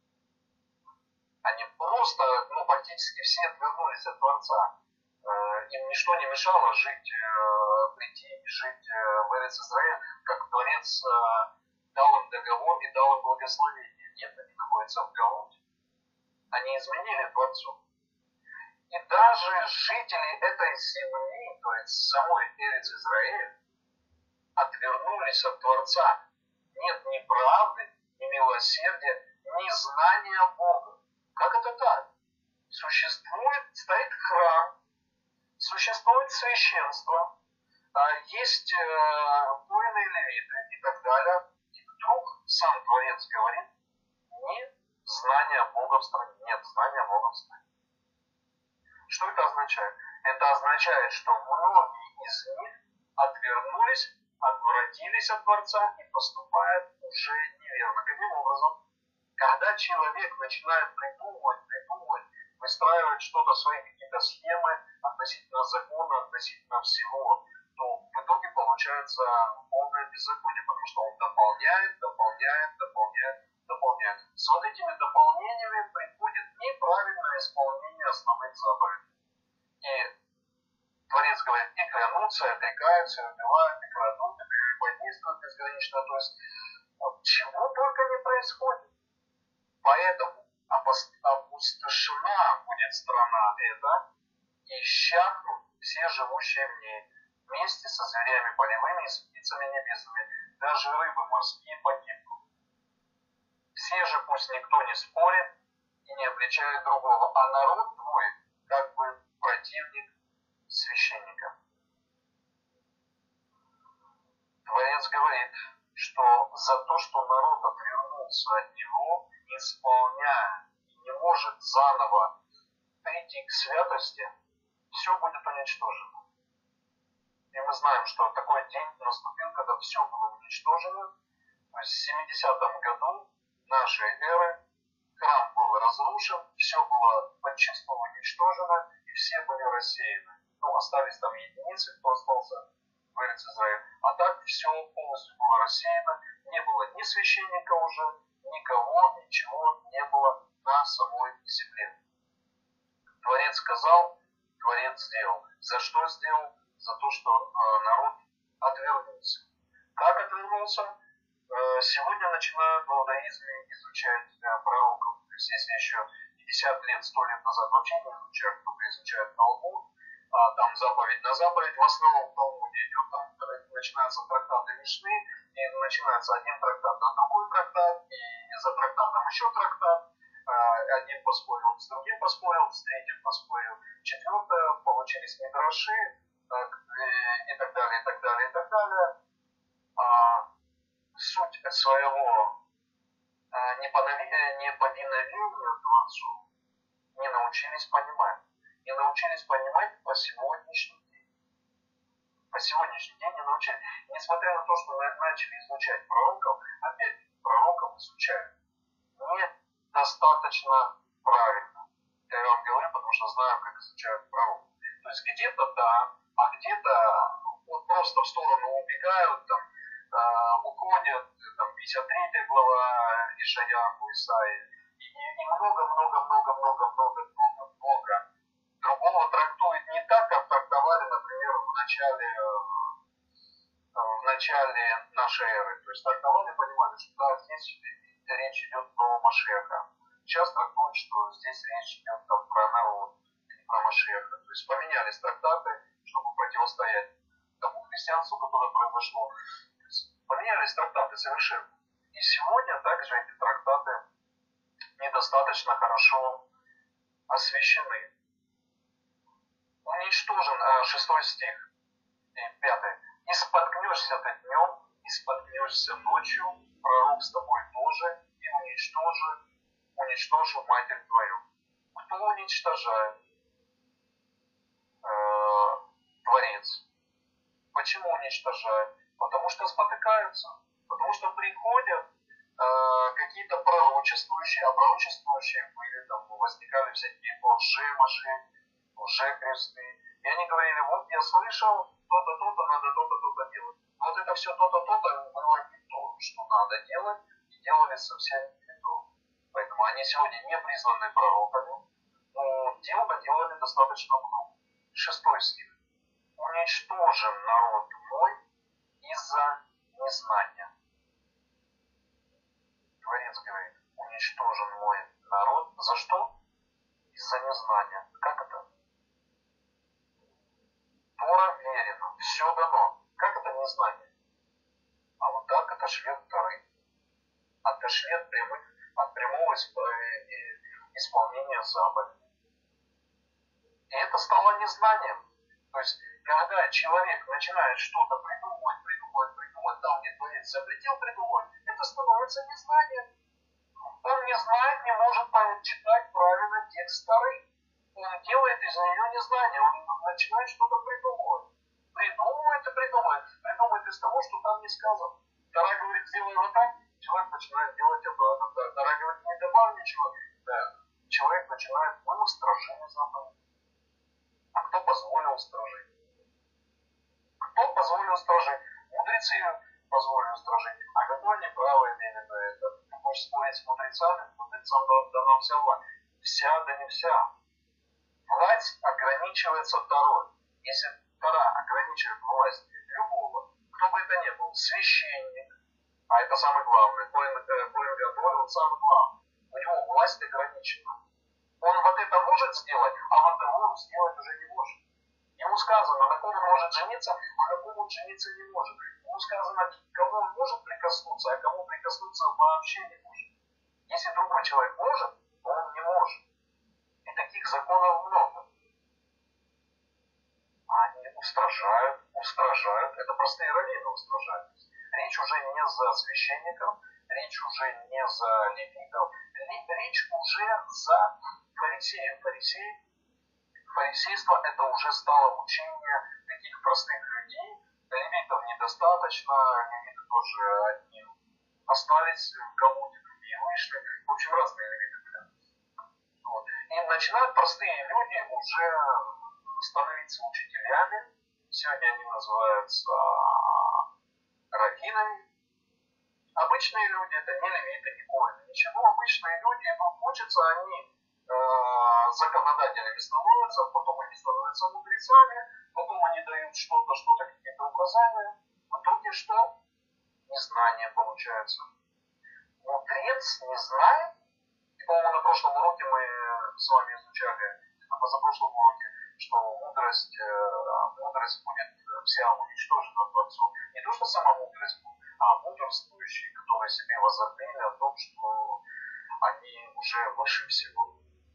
Они просто, практически все отвернулись от Творца. Им ничто не мешало прийти и жить в Эрец-Исраэль, как Творец дал им договор и дал им благословение. Нет, они находятся в Галуте. Они изменили Творцу. И даже жители этой земли, то есть самой Эрец-Израэль, отвернулись от Творца. Нет ни правды, ни милосердия, ни знания Бога. Как это так? Стоит храм, существует священство, есть воины и левиты и так далее. И вдруг сам Творец говорит, нет знания Бога в стране. Нет знания Бога в стране. Что это означает? Это означает, что многие из них отвратились от Творца и поступают уже неверно. Каким образом? Когда человек начинает придумывать, выстраивать что-то, свои какие-то схемы относительно закона, относительно всего, то в итоге получается полное беззаконие, потому что он дополняет. С вот этими дополнениями приходит неправильное исполнение основных заповедей. И Творец говорит, и клянутся, и отрекаются, и убивают, и крадут, и прелюбодействуют безгранично. То есть чего только не происходит. Поэтому опустошена будет страна эта, и исчахнут все живущие в ней, вместе со зверями полевыми и с птицами небесными, даже рыбы морские погибнут. Все же пусть никто не спорит и не обличает другого, а народ твой как бы противник священника. Творец говорит, что за то, что народ отвернулся от него, не исполняя и не может заново прийти к святости, все будет уничтожено. И мы знаем, что такой день наступил, когда все было уничтожено. То есть в 70-м году нашей эры храм был разрушен, все было подчистую уничтожено, и все были рассеяны. Ну, остались там единицы, кто остался в Эрец-Израиль. А так все полностью было рассеяно, не было ни священника уже, никого, ничего не было на самой земле. Творец сказал, Творец сделал. За что сделал? За то, что народ отвернулся. Как отвернулся? Сегодня начинают в иудаизме изучать пророков. То есть если еще 50 лет, 100 лет назад вообще не изучают, только изучают Талмуд, там заповедь на заповедь, в основном в Талмуде идет, там начинаются трактаты Мишны, и начинается один трактат на другой трактат, и за трактатом еще трактат. Один поспорил, с другим поспорил, с третьим поспорил, четвертое, получились мидраши, и так далее, и так далее, и так далее. Суть своего неповиновения Творцу не научились понимать. Не научились понимать по сегодняшний день. По сегодняшний день не научились. Несмотря на то, что начали изучать пророков, опять пророков изучают недостаточно правильно. Я вам говорю, потому что знаю, как изучают пророков. То есть где-то да, а где-то вот просто в сторону убегают, там, уходят, там, 53 глава Ишаяху, Исаии, и много другого трактует не так, как трактовали, например, в начале нашей эры. То есть трактовали, понимали, что да, здесь речь идет про Машеха. Сейчас трактуют, что здесь речь идет там, про народ, не про Машеха. То есть поменялись трактаты, чтобы противостоять тому христианству, которое произошло. Поменялись трактаты совершенно. И сегодня также эти трактаты недостаточно хорошо освещены. Уничтожен 6 стих и 5. «И споткнешься ты днем, и споткнешься ночью, пророк с тобой тоже, и уничтожу матерь твою». Кто уничтожает? Творец. Почему уничтожает? Потому что спотыкаются. Потому что приходят какие-то пророчествующие, а пророчествующие были, там, возникали всякие лже-маши, лже-кресты. И они говорили, вот я слышал, то-то, то-то, надо то-то, то-то делать. Но вот это все то-то, то-то было не то, что надо делать, и делали совсем не то. Поэтому они сегодня не признаны пророками, но дел наделали достаточно много. 6 стих. «Уничтожен народ мой из-за незнания». Творец говорит, уничтожен мой народ. За что? Из-за незнания. Как это? Тора верена, все дано. Как это незнание? А вот так отошли от Торы. Отошли от прямого исполнения заповедей. И это стало незнанием. То есть, когда человек начинает что-то придумывать, там, где Творец запретил придумывать, это становится незнанием. Он не знает, не может читать правильно текст Торы. Он делает из нее незнание, он начинает что-то придумывать. Придумывает из того, что там не сказано. Тора говорит, сделай вот так, человек начинает делать обратно. Тора говорит, не добавь ничего. Да. Человек начинает, стражи заповедь. А кто позволил стражить? Кто позволил стражить? Мудрецы позволили стражить. А какое они право имели на это? Ты будешь спорить с мудрецами? Мудрецам дана вся власть. Вся, да не вся. Власть ограничивается Торой. Если Тора ограничивает власть любого, кто бы это ни был, священник, а это самый главный, Коэн Гадоль, он самый главный, у него власть ограничена. Он вот это может сделать, а вот того сделать уже не может. Ему сказано, на ком он может жениться, а на ком он жениться не может. Ему сказано, к кому он может прикоснуться, а кому прикоснуться вообще не может. Если другой человек может, то он не может. И таких законов много. Они устражают, это простые раввины устражают. Речь уже не за священников, речь уже не за левитов, речь уже за фарисеев. Фарисейство это уже стало учение таких простых людей. Левитов недостаточно, левиты тоже одни остались в Галуте, другие вышли. В общем, разные левиты были. Вот. И начинают простые люди уже становиться учителями. Сегодня они называются раввинами. Обычные люди, это не левиты, не коины, ничего. Обычные люди идут учатся, они законодателями становятся, потом они становятся мудрецами, потом они дают что-то, какие-то указания. В итоге что? Незнание получается. Мудрец не знает. И, по-моему, на прошлом уроке мы с вами изучали, на позапрошлом уроке, что мудрость будет вся уничтожена Творцом. Не то, что сама мудрость будет, а мудрствующие, которые себе возомнили о том, что они уже выше всего.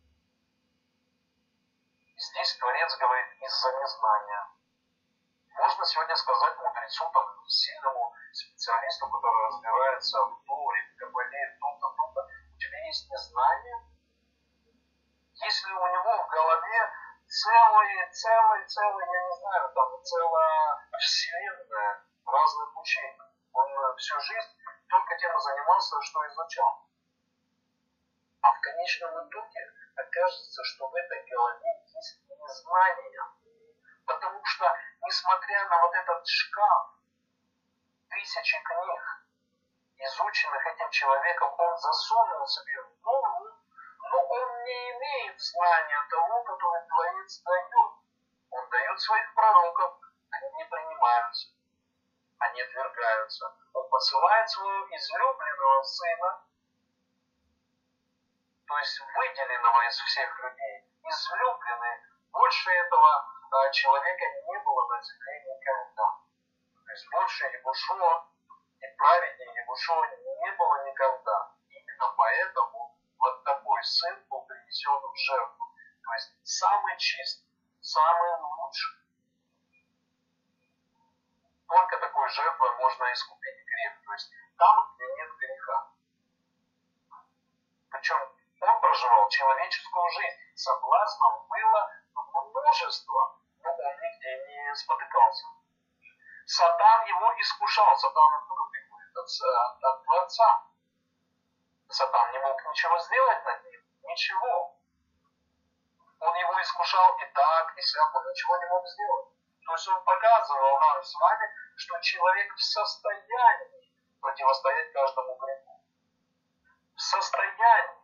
И здесь Творец говорит из-за незнания. Можно сегодня сказать мудрецу, там, сильному специалисту, который разбирается в Торе, в Кабале, в том-то, у тебя есть незнание. Если у него в голове целая, я не знаю, там целая вселенная разных учений. Он всю жизнь только тем и занимался, что изучал. А в конечном итоге окажется, что в этой голове есть незнание. Потому что, несмотря на вот этот шкаф, тысячи книг, изученных этим человеком, он засунул себе в голову, но он не имеет знания того, который Творец дает. Он дает своих пророков, они не принимаются, они отвергаются. Он посылает своего излюбленного сына, то есть выделенного из всех людей, излюбленный. Больше этого человека не было на земле никогда. То есть больше Егушуа и праведнее Егушуа не было никогда. Именно поэтому вот такой сын был принесен в жертву. То есть самый чистый, самый лучший. Только такой жертвой можно искупить грех. То есть там, где нет греха. Причем он проживал человеческую жизнь. Соблазнов было множество, но он нигде не спотыкался. Сатан его искушал. Сатан откуда приходит? От Творца. Сатан не мог ничего сделать над ним. Ничего. Он его искушал и так, и сяк, он ничего не мог сделать. То есть он показывал нам с вами, что человек в состоянии противостоять каждому греху. В состоянии.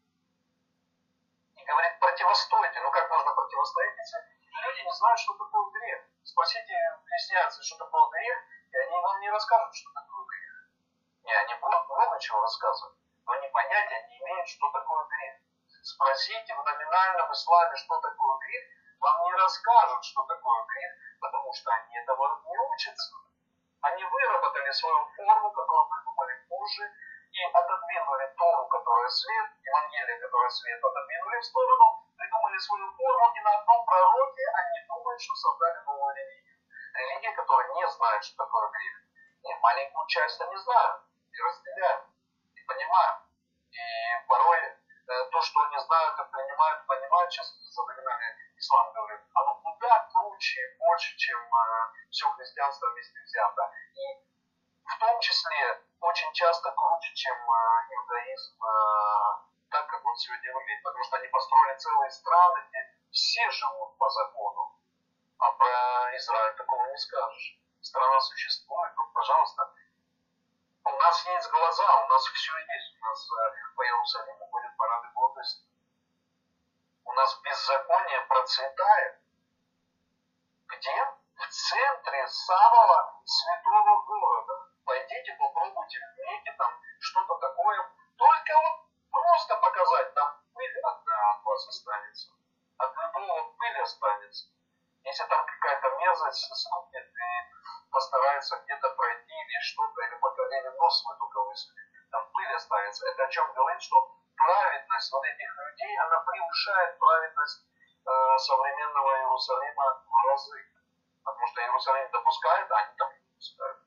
И говорит, противостойте. Ну как можно противостоять, если люди не знают, что такое грех? Спросите христианцев, что такое грех, и они вам не расскажут, что такое грех. Не, они будут много чего рассказывать, но они понятия не имеют, что такое грех. Спросите в номинальном исламе, что такое грех, вам не расскажут, что такое грех, потому что они этого не учатся. Они выработали свою форму, которую придумали позже, и отодвинули Тору, которая свет, Евангелие, которое свет, отодвинули в сторону, придумали свою форму, и на одном пророке они думают, что создали новую религию. Религия, которая не знает, что такое грех. И маленькую часть они знают, и разделяют, и понимают. И порой то, что они знают и понимают, сейчас современный ислам говорит, оно куда круче и больше, чем все христианство вместе взято. И в том числе очень часто круче, чем иудаизм, так как он сегодня выглядит, потому что они построили целые страны, где все живут по закону. А про Израиль такого не скажешь. Страна существует, ну, пожалуйста. У нас есть глаза, у нас все есть. У нас по Иерусалиму ходят парады гордости. У нас беззаконие процветает. Где? В центре самого святого города. Пойдите, попробуйте в Мекке, там что-то такое. Только вот просто показать, там пыль одна от вас останется. От любого пыль останется. Если там какая-то мерзость стукнет и постарается где-то пройти или что-то, или по колене нос свой только высунет, там пыль останется. Это о чем говорит, что праведность вот этих людей, она превышает праведность современного Иерусалима в разы. Потому что Иерусалим допускает, а они там не допускают.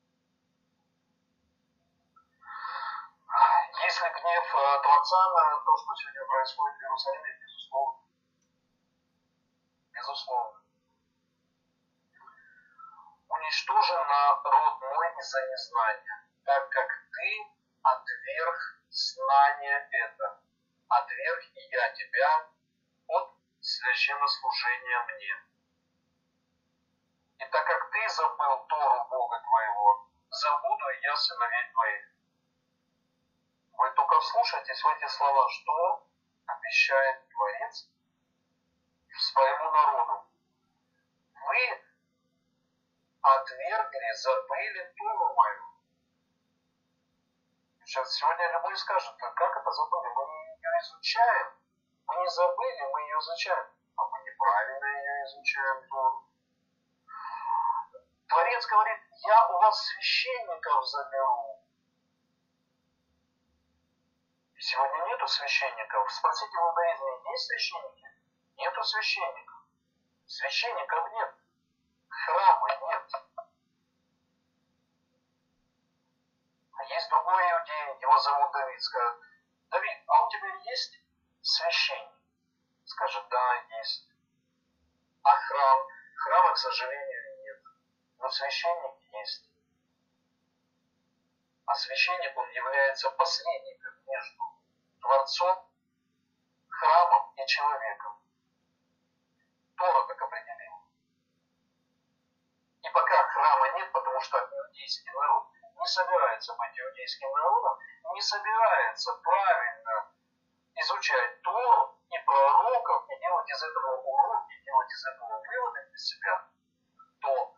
Есть ли гнев Творца на то, что сегодня происходит в Иерусалиме? Безусловно. Безусловно. Уничтожен народ мой из-за незнания, так как ты отверг знание это. Отверг и я тебя от священнослужения мне. И так как ты забыл Тору Бога твоего, забуду и я сыновей твоих. Вы только вслушайтесь в эти слова, что обещает Творец своему народу. Вы отвергли, забыли Тору мою. Сейчас сегодня любой скажет, как это забыли? Мы ее изучаем. Мы не забыли, мы ее изучаем. А мы неправильно ее изучаем, Тору. Творец говорит, я у вас священников заберу. И сегодня нету священников. Спросите в иудаизме, есть священники? Нету священников. Священников нет. Храма нет. А есть другой иудей, его зовут Давид. Скажет, Давид, а у тебя есть священник? Скажет, да, есть. А храм? Храма, к сожалению, нет. Но священник есть. А священник, он является посредником между Творцом, храмом и человеком. Тора так определила. И пока храма нет, потому что иудейский народ не собирается быть иудейским народом, не собирается правильно изучать Тору и пророков, и делать из этого уроки, и делать из этого выводы для себя, то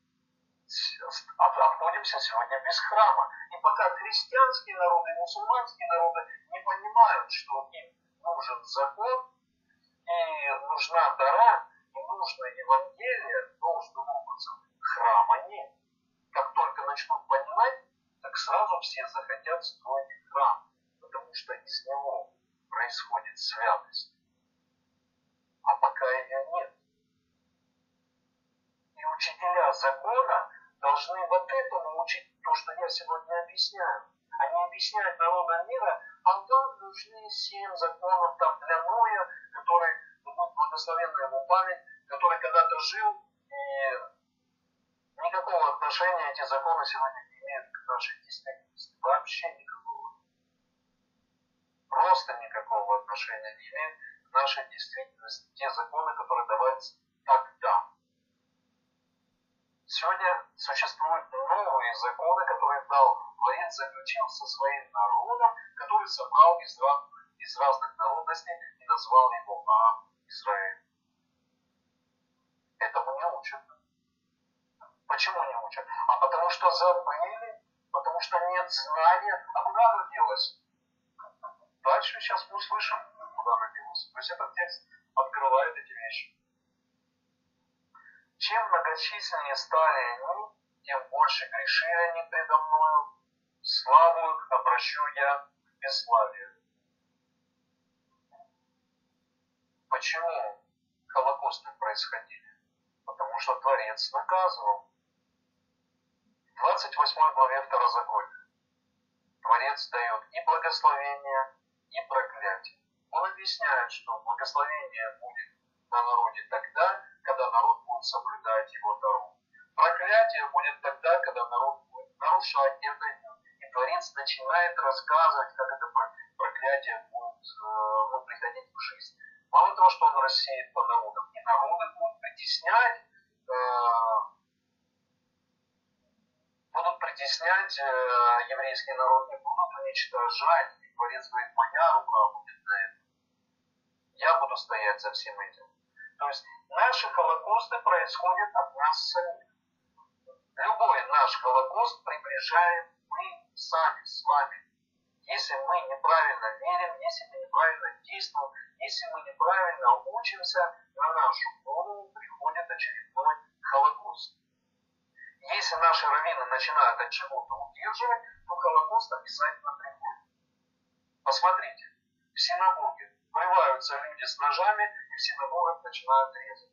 обходимся сегодня без храма. И пока христианские народы и мусульманские народы не понимают, что им нужен закон, и нужна Тора, и нужно Евангелие должным образом, храма нет. Как только начнут понимать, так сразу все захотят строить храм, потому что из него происходит святость. А пока ее нет. И учителя закона должны вот этому учить то, что я сегодня объясняю. Они объясняют народам мира, а вам нужны 7 законов там для Ноя, который, будет благословенна его память, который когда-то жил, и никакого отношения эти законы сегодня не имеют к нашей действительности. Вообще никакого. Просто никакого отношения не имеют к нашей действительности. Те законы, которые давались тогда. Сегодня существуют новые законы, которые дал Творец, заключил со своим народом, который собрал из разных народностей и назвал его Израиль. Этому не учат. Почему не учат? А потому что забыли, потому что нет знания. А куда оно делось? Дальше сейчас мы услышим, куда оно делось. То есть этот текст открывает эти вещи. Чем многочисленнее стали они, тем больше грешили они предо мною. Славу их обращу я к бесславию. Почему холокосты происходили? Потому что Творец наказывал. В 28 главе Второзакония Творец дает и благословение, и проклятие. Он объясняет, что благословение будет на народе тогда, когда народ будет соблюдать его Тору. Проклятие будет тогда, когда народ будет нарушать это. И Творец начинает рассказывать, как это проклятие будет приходить в жизнь. Мало того, что он рассеет по народам, и народы будут притеснять еврейский народ, и будут уничтожать. И Творец говорит, моя рука будет на это. Я буду стоять за всем этим. То есть наши холокосты происходят от нас самих. Любой наш холокост приближаем мы сами с вами. Если мы неправильно верим, если мы неправильно действуем, если мы неправильно учимся, на нашу голову приходят начинают от чего-то удерживать, то Холокост обязательно приходит. Посмотрите, в синагоге врываются люди с ножами, и в синагогах начинают резать.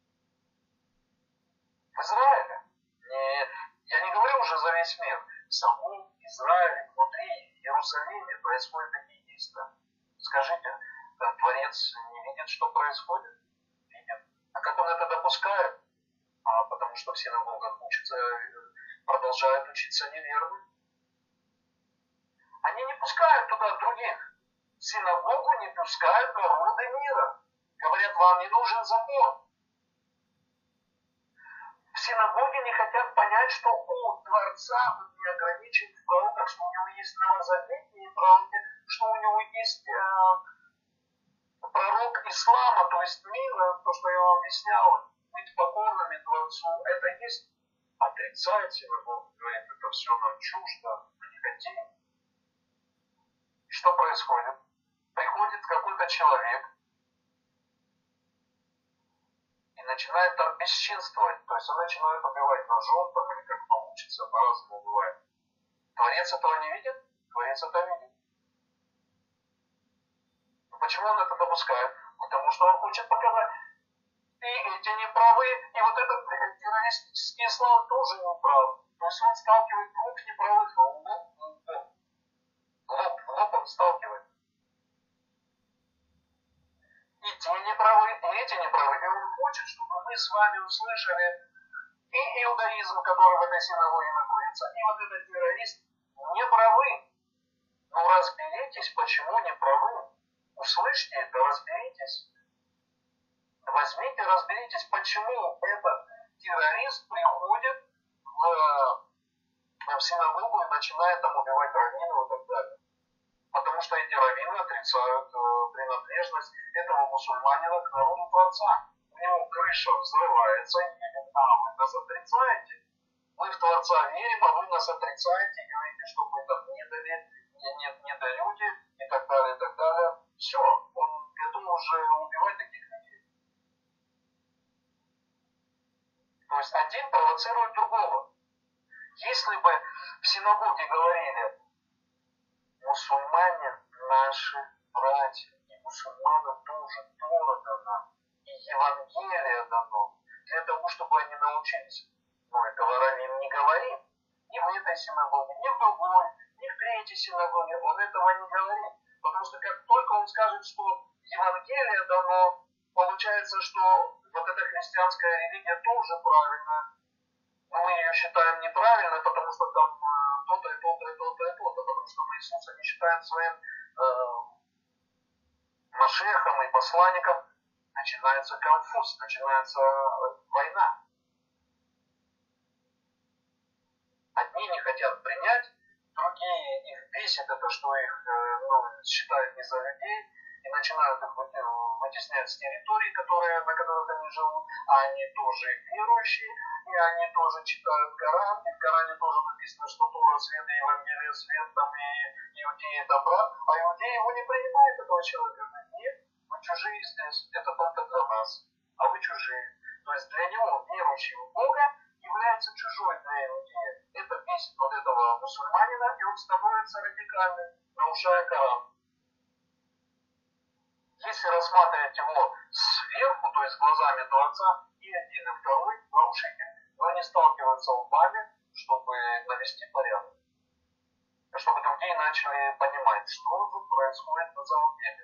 В Израиле, я не говорю уже за весь мир, в самом Израиле, внутри Иерусалима происходят такие действия. Скажите, Творец не видит, что происходит? Видит. А как он это допускает? Потому что в синагогах продолжают учиться неверно. Они не пускают туда других. В синагогу не пускают народы мира. Говорят, вам не нужен закон. В синагоге не хотят понять, что у Творца он не ограничен в пророках, что у него есть новозаветные пророки, что у него есть пророк ислама, то есть мира, то, что я вам объяснял, быть покорными Творцу, это есть. Отрицать синагогу, говорит, это все нам чуждо, мы не хотим. И что происходит? Приходит какой-то человек и начинает там бесчинствовать, то есть он начинает убивать ножом, там, или как получится, по-разному бывает. Творец этого не видит? Творец это видит. Но почему он это допускает? Потому что он хочет показать, и эти неправы, и вот этот террористический ислам тоже неправ. То есть он сталкивает двух неправых лоб он сталкивает. И те неправы, и эти неправы. И он хочет, чтобы мы с вами услышали и иудаизм, который в этой синагоге находится, и вот этот террорист неправы. Но разберитесь, почему неправы. Услышьте это, разберитесь. Возьмите, разберитесь, почему этот террорист приходит в синагогу и начинает там убивать раввинов и так далее. Потому что эти раввины отрицают принадлежность этого мусульманина к народу Творца. У него крыша взрывается и едет, вы нас отрицаете. Мы в Творца верим, а вы нас отрицаете и говорите, что мы там недолюди и так далее, и так далее. Все, он готов уже убивать таких людей. То есть один провоцирует другого. Если бы в синагоге говорили, мусульмане наши братья, и мусульманам тоже Тора дана, и Евангелие дано, для того, чтобы они научились. Но этого раввин не говорит. Ни в этой синагоге, ни в другой, ни в третьей синагоге. Он этого не говорит. Потому что как только он скажет, что Евангелие дано, получается, что вот эта христианская религия тоже правильная. Но мы ее считаем неправильной, потому что там то-то и то-то и то-то и то-то, потому что мы Иисуса не считаем своим машехом и посланником. Начинается конфуз, начинается война. Одни не хотят принять, другие, их бесит это, что их считают не за людей, и начинают их вытеснять с территорий, на которых они живут, а они тоже верующие, и они тоже читают Коран, и в Коране тоже написано, что Тора свет и Евангелие свет, там и иудеи это брат, а иудеи его не принимают, этого человека. Говорит, нет, вы чужие здесь, это только для нас, а вы чужие. То есть для него, верующий в Бога, является чужой для иудея. Это бесит вот этого мусульманина, и он становится радикальным, нарушая Коран. Если рассматривать его сверху, то есть глазами Творца, и один, и второй нарушитель, но они сталкиваются лбами, чтобы навести порядок. Чтобы другие начали понимать, что тут происходит на самом деле.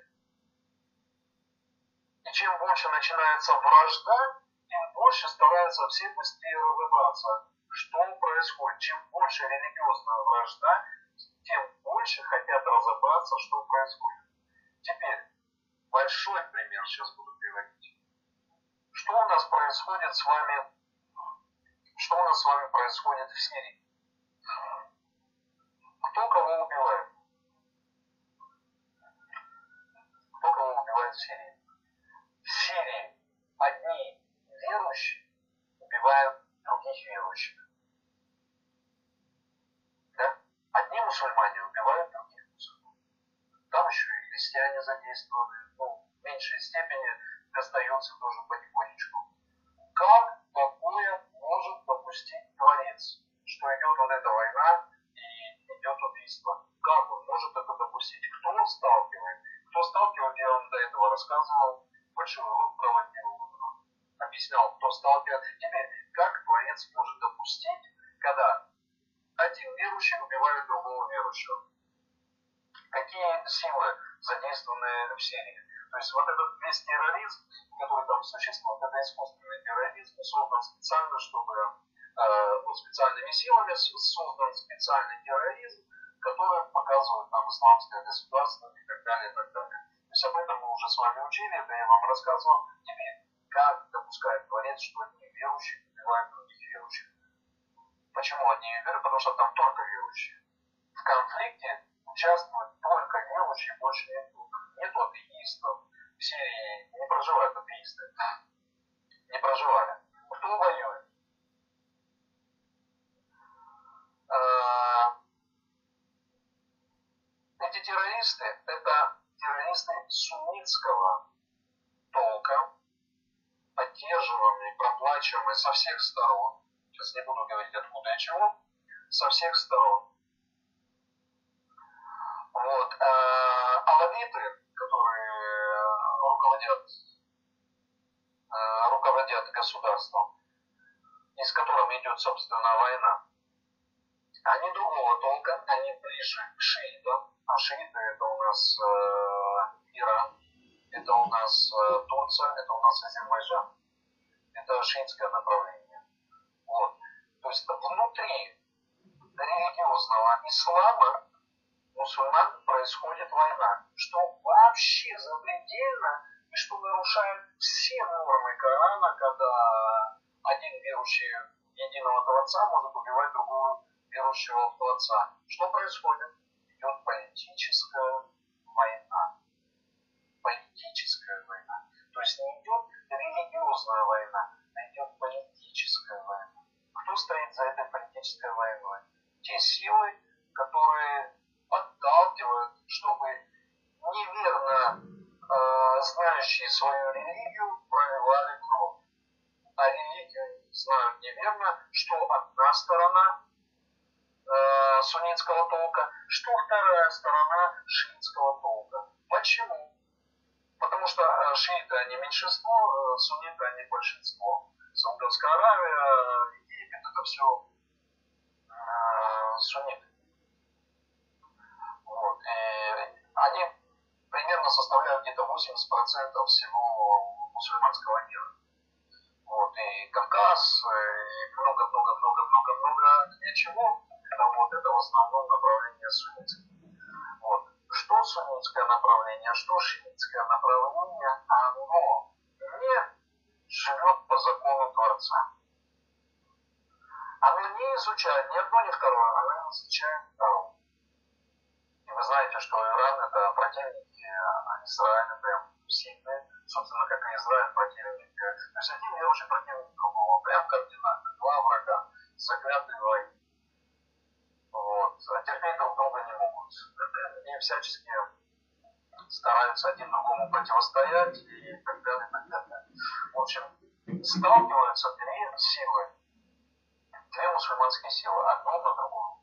И чем больше начинается вражда, тем больше стараются все быстрее разобраться, что происходит. Чем больше религиозная вражда, тем больше хотят разобраться, что происходит. Теперь, большой пример сейчас буду приводить. Что у нас происходит с вами, происходит в Сирии? Кто кого убивает? Кто кого убивает в Сирии? В Сирии одни верующие убивают других верующих. Да? Одни мусульмане убивают других мусульман. Там еще и христиане задействованы. В меньшей степени достается тоже потихонечку. Как такое может допустить Творец? Что идет вот рассказывал, большой урок проводил, объяснял, кто сталкивает. Теперь, как Творец может допустить, когда один верующий убивает другого верующего? Какие силы задействованы в Сирии? То есть вот этот весь терроризм, который там существует, это искусственный терроризм, создан специально, чтобы специальными силами создан специальный терроризм, который показывает нам исламское государство и так далее, и так далее. То есть об этом мы уже с вами учили, это я вам рассказывал. Теперь, как допускает Творец, что одни верующие убивают других верующих? Почему одни верующие? Потому что там только верующие. В конфликте участвуют только верующие, больше никто. Нету атеистов. В Сирии не проживают атеисты. Не проживали. Кто воюет? Эти террористы, это террористы суннитского толка, поддерживаемые, проплачиваемые со всех сторон. Сейчас не буду говорить откуда и чего. Со всех сторон. Вот. Алавиты, которые руководят государством, и с которым идет, собственно, война, они другого толка, они ближе к шиитам, а шииты это у нас Иран, это у нас Турция, это у нас Азербайджан. Это шиитское направление. Вот. То есть внутри религиозного ислама мусульман происходит война, что вообще запредельно и что нарушает все нормы Корана, когда один верующий единого Творца может убивать другого верующего в Творца. Что происходит? Идет политическая война. Политическая война. То есть не идет религиозная война, а идет политическая война. Кто стоит за этой политической войной? Те силы, которые подталкивают, чтобы неверно знающие свою религию проливали кровь. А религию знают неверно, что одна сторона суннитского толка, что вторая сторона шиитского толка. Почему? Потому что шииты они меньшинство, сунниты они большинство. Саудовская Аравия, Египет, это все сунниты. Вот. И они примерно составляют где-то 80% всего мусульманского мира. Вот. И Кавказ, и много-много-много-много-много для чего? Вот. Это в основном направление суннитское. Вот. Что суннитское направление, что шиитское направление, оно не живет по закону Творца. Оно не изучает ни одно, ни второе, оно не изучает второе. И вы знаете, что Иран это противники Израиля, прям сильные, собственно, как и Израиль противник. То есть один верующий противник другого, прям кардинально. Два врага, заклятые враги. Вот. А терпеть друг друга не могут. И всячески стараются один другому противостоять и так далее, и так далее. В общем, сталкиваются две силы, две мусульманские силы, одно на другом.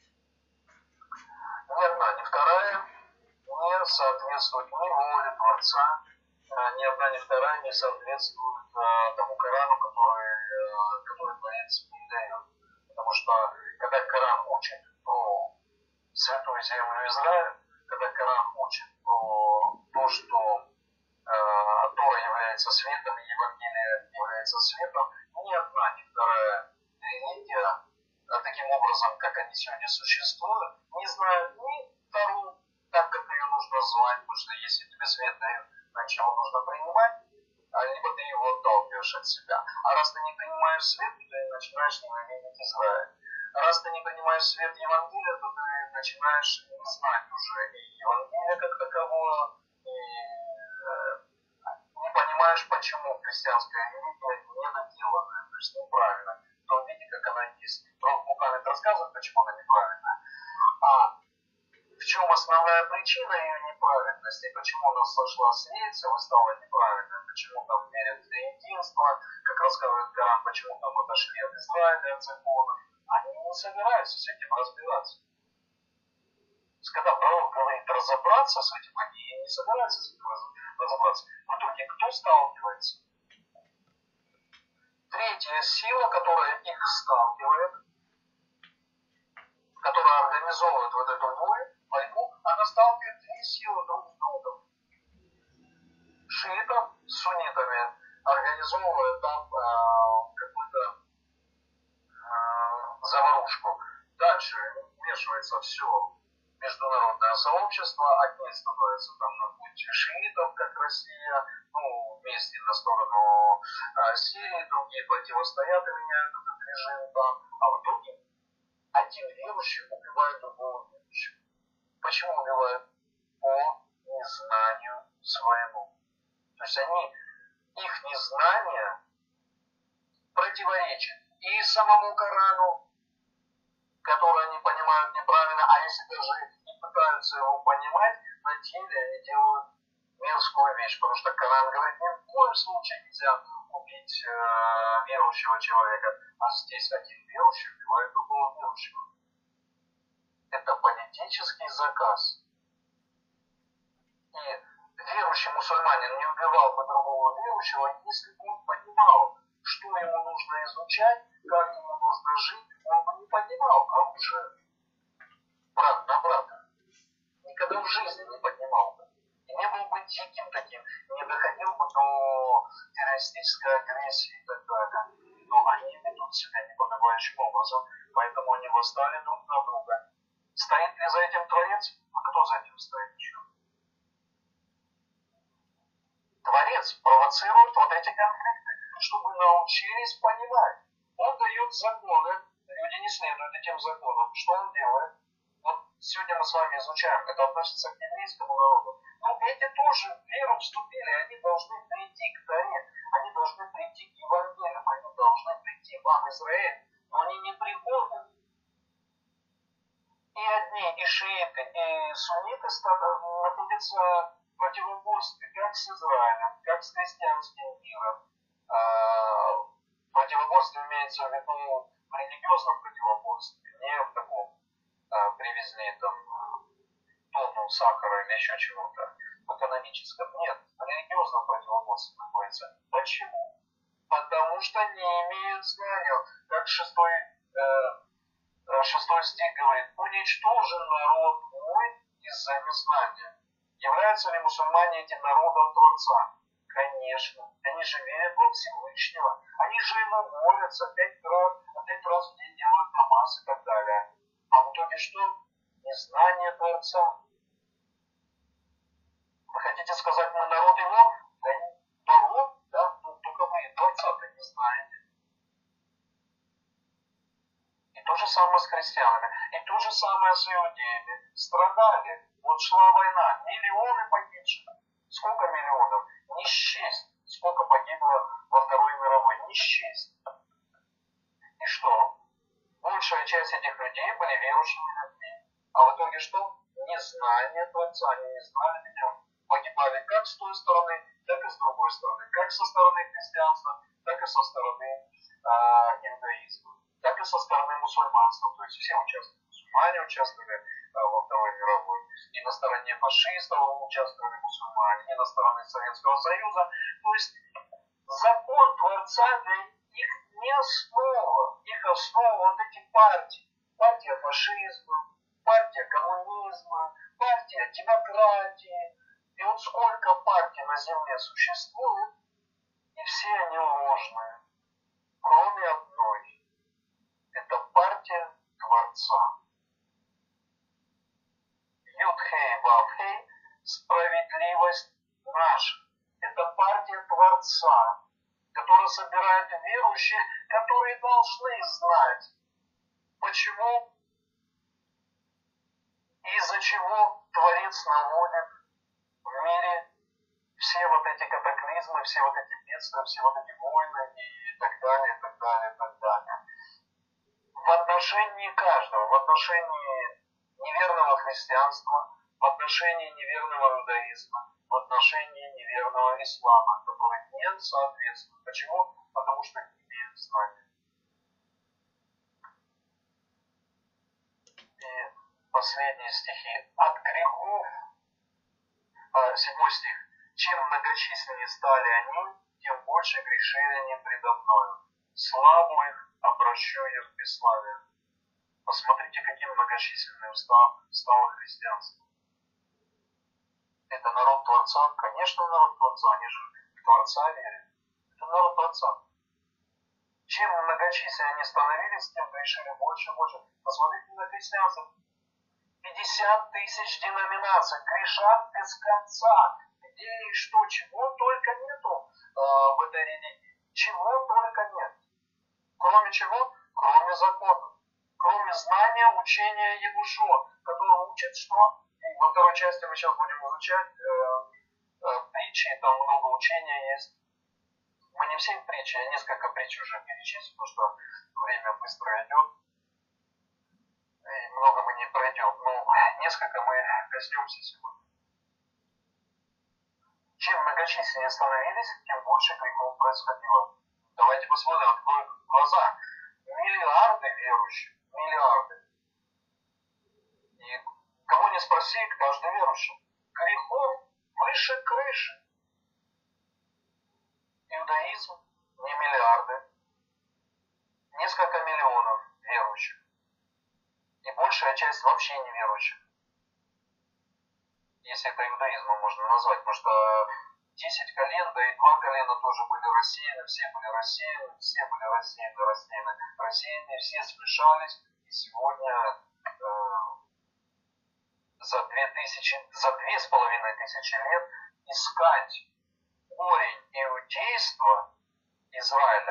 Ни одна, ни вторая не соответствует ни воле Творца, ни одна, ни вторая не соответствует тому Корану, который Творец передает. Потому что когда Коран учит про святую землю Израиль, когда Коран учит про то, что Тора является светом и Евангелие является светом, ни одна, ни вторая религия, таким образом, как они сегодня существуют, не знают ни Тору, так как ее нужно звать, потому что если тебе свет дают, значит его нужно принимать, либо ты его отталкиваешь от себя. А раз ты не принимаешь свет, то ты начинаешь ненавидеть Израиль. А раз ты не принимаешь свет Евангелия, то ты начинаешь не знать уже и Евангелия как такового, и не понимаешь, почему христианская религия недоделанная, то есть неправильно. В том виде, как она есть. Пророк Мухаммед рассказывает, почему она неправильная. А в чем основная причина ее неправильности, почему она сошла с рельсов и стала неправильной, почему там верят в единство, как рассказывает Коран, почему там отошли от Израиля, от законов, они не собираются с этим разбираться. Когда пророк говорит разобраться с этим, они не собираются с этим разобраться. В итоге кто сталкивается? Третья сила, которая их сталкивает, которая организовывает вот эту войну, она сталкивает две силы друг с другом. Шиитов с суннитами организовывает там какую-то заварушку. Дальше вмешивается все международное сообщество, одни становятся там на путь шиитов, как Россия, ну, вместе на сторону Сирии, другие противостоят и меняют этот режим там, а в итоге один верующий убивает другого верующего. Почему убивают? По незнанию своему. То есть их незнание противоречит и самому Корану, который они понимают неправильно, а если даже и пытаются его понимать, на деле они делают мерзкую вещь, потому что Коран говорит, ни в коем случае нельзя убить верующего человека, а здесь один верующий убивает другого верующего. Это политический заказ. И верующий мусульманин не убивал бы другого верующего, если бы он понимал, что ему нужно изучать, как ему нужно жить, он бы не понимал оружие. Брат на брата. Никогда в жизни не понимал бы. И не был бы диким таким, не доходил бы до террористической агрессии и так далее. Но они ведут себя неподобающим образом, поэтому они восстали друг на друга. Стоит ли за этим Творец? А кто за этим стоит еще? Творец провоцирует вот эти конфликты, чтобы научились понимать. Он дает законы, люди не следуют этим законам. Что он делает? Вот сегодня мы с вами изучаем, это относится к еврейскому народу. Но эти тоже в веру вступили, они должны прийти к Торе, они должны прийти к Евангелию, они должны прийти в Ам Израиль, но они не приходят. И одни, и шииты, и сунниты находятся в противоборстве как с Израилем, как с христианским миром. Противоборство имеется в виду в религиозном противоборстве, не в таком привезли там тонну сахара или еще чего-то, в экономическом. Нет, в религиозном противоборстве находится. Почему? Потому что не имеют знания, как шестой стих говорит, уничтожен народ мой из-за незнания. Являются ли мусульмане этим народом Творца? Конечно. Они же верят во Всевышнего. Они же ему молятся 5 раз в день делают намаз и так далее. А в итоге что? Незнание Творца. Вы хотите сказать, мы народ его? Да, народ, да? Ну, только вы Творца-то не знаете. И то же самое с христианами. И то же самое с иудеями. Страдали. Вот шла война. Миллионы погибших. Сколько миллионов? Не счесть. Сколько погибло во Второй мировой? Не счесть. И что? Большая часть этих людей были верующими людьми. А в итоге что? Незнание Творца. Они не знали меня. Погибали как с той стороны, так и с другой стороны. Как со стороны христианства, так и со стороны иудаизма. Так и со стороны мусульманства. То есть все участвовали. Мусульмане участвовали во Второй мировой. И на стороне фашистов участвовали мусульмане, и на стороне Советского Союза. То есть закон Творца для их не основа. Их основа вот эти партии. Партия фашизма, партия коммунизма, партия демократии. И вот сколько партий на земле существует, и все они ложные. Кроме одной. Это партия Творца. Юд-Хей, Вав-Хей, справедливость наша. Это партия Творца, которая собирает верующих, которые должны знать, почему и из-за чего Творец наводит в мире все вот эти катаклизмы, все вот эти бедствия, все вот эти войны и так далее, и так далее, и так далее. В отношении каждого, в отношении неверного христианства, в отношении неверного иудаизма, в отношении неверного ислама, который не соответствует. Почему? Потому что не имеют знания. И последние стихи. От грехов, 7 стих. Чем многочисленнее стали они, тем больше грешили они предо мною. Славу их обращу я в бесславие. Посмотрите, каким многочисленным стало христианство. Это народ Творца? Конечно, народ Творца. Они же в Творца верят. Это народ Творца. Чем многочисленнее они становились, тем грешили больше и больше. Посмотрите на христианство. 50 тысяч деноминаций грешат без конца. Где и что, чего только нету в этой религии. Чего только нет. Кроме чего? Кроме закона. Кроме знания, учения Егушуа, который учит, что и во второй части мы сейчас будем изучать притчи, там много учения есть. Мы не все притчи, я несколько притч уже перечислил, потому что время быстро идет. И много мы не пройдем, но несколько мы коснемся сегодня. Чем многочисленнее становились, тем больше грехов происходило. Давайте посмотрим, откроем глаза. Миллиарды верующих. Миллиарды. И кого не спроси, каждый верующий. Грехов выше крыши. Иудаизм не миллиарды. Несколько миллионов верующих. И большая часть вообще не верующих. Если это иудаизмом можно назвать. Потому что 10 колен, да и 2 колена тоже были рассеяны. Все были рассеяны. Все были рассеяны. Все смешались. И сегодня за 2500 лет искать корень иудейства Израиля,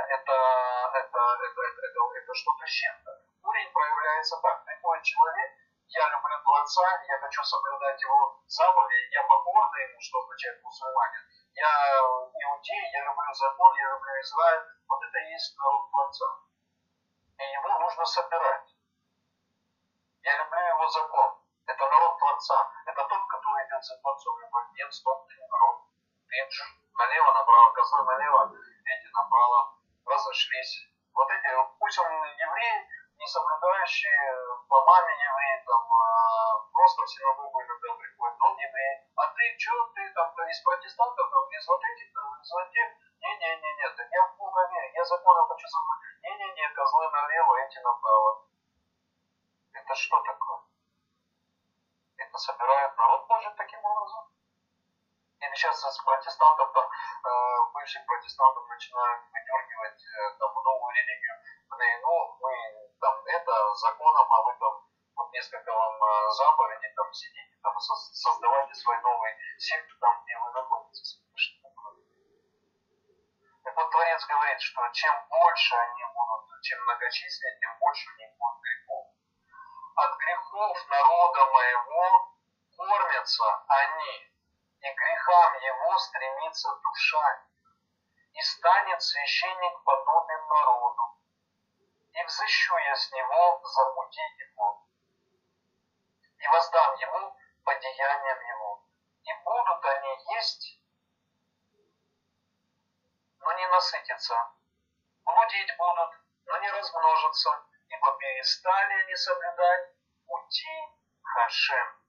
это что-то с чем-то. Корень проявляется так. Приходит человек, я люблю Творца, я хочу соблюдать его заповеди, я покорный ему, что означает мусульманин. Я иудей, я люблю закон, я люблю Израиль. Вот это и есть народ Творца. И его нужно собирать. Я люблю его закон. Это народ Творца. Это тот, который идет за Творцом. Он говорит, нет, стоп, ты народ. Ты налево, направо, козлы налево, эти направо, разошлись. Вот эти, пусть он еврей, не соблюдающий по маме еврей, там, просто в синагогу иногда приходит, но он еврей. А ты что, ты там из протестантов, там, из вот этих, там, из вот тех? Не-не-не, я в Бога верю, я законом хочу соблюдать. Не-не-не, козлы налево, эти направо. Это что такое? Это собирают народ Божий таким образом? Или сейчас из протестантов, там, бывших протестантов начинают выдергивать там, новую религию. Ну, мы там это законом, а вы там вот несколько вам заповедей, там сидите, там создавайте свои новые секты, там, где вы находитесь. Так вот, Творец говорит, что чем больше они будут, чем многочисленнее, тем больше у них будет грехов. От грехов народа моего кормятся они, и грехам его стремится душа. И станет священник подобен народу, и взыщу я с него за пути его, и воздам ему по деяниям его. И будут они есть, но не насытятся, блудить будут, но не размножатся, ибо перестали они соблюдать пути Хашем.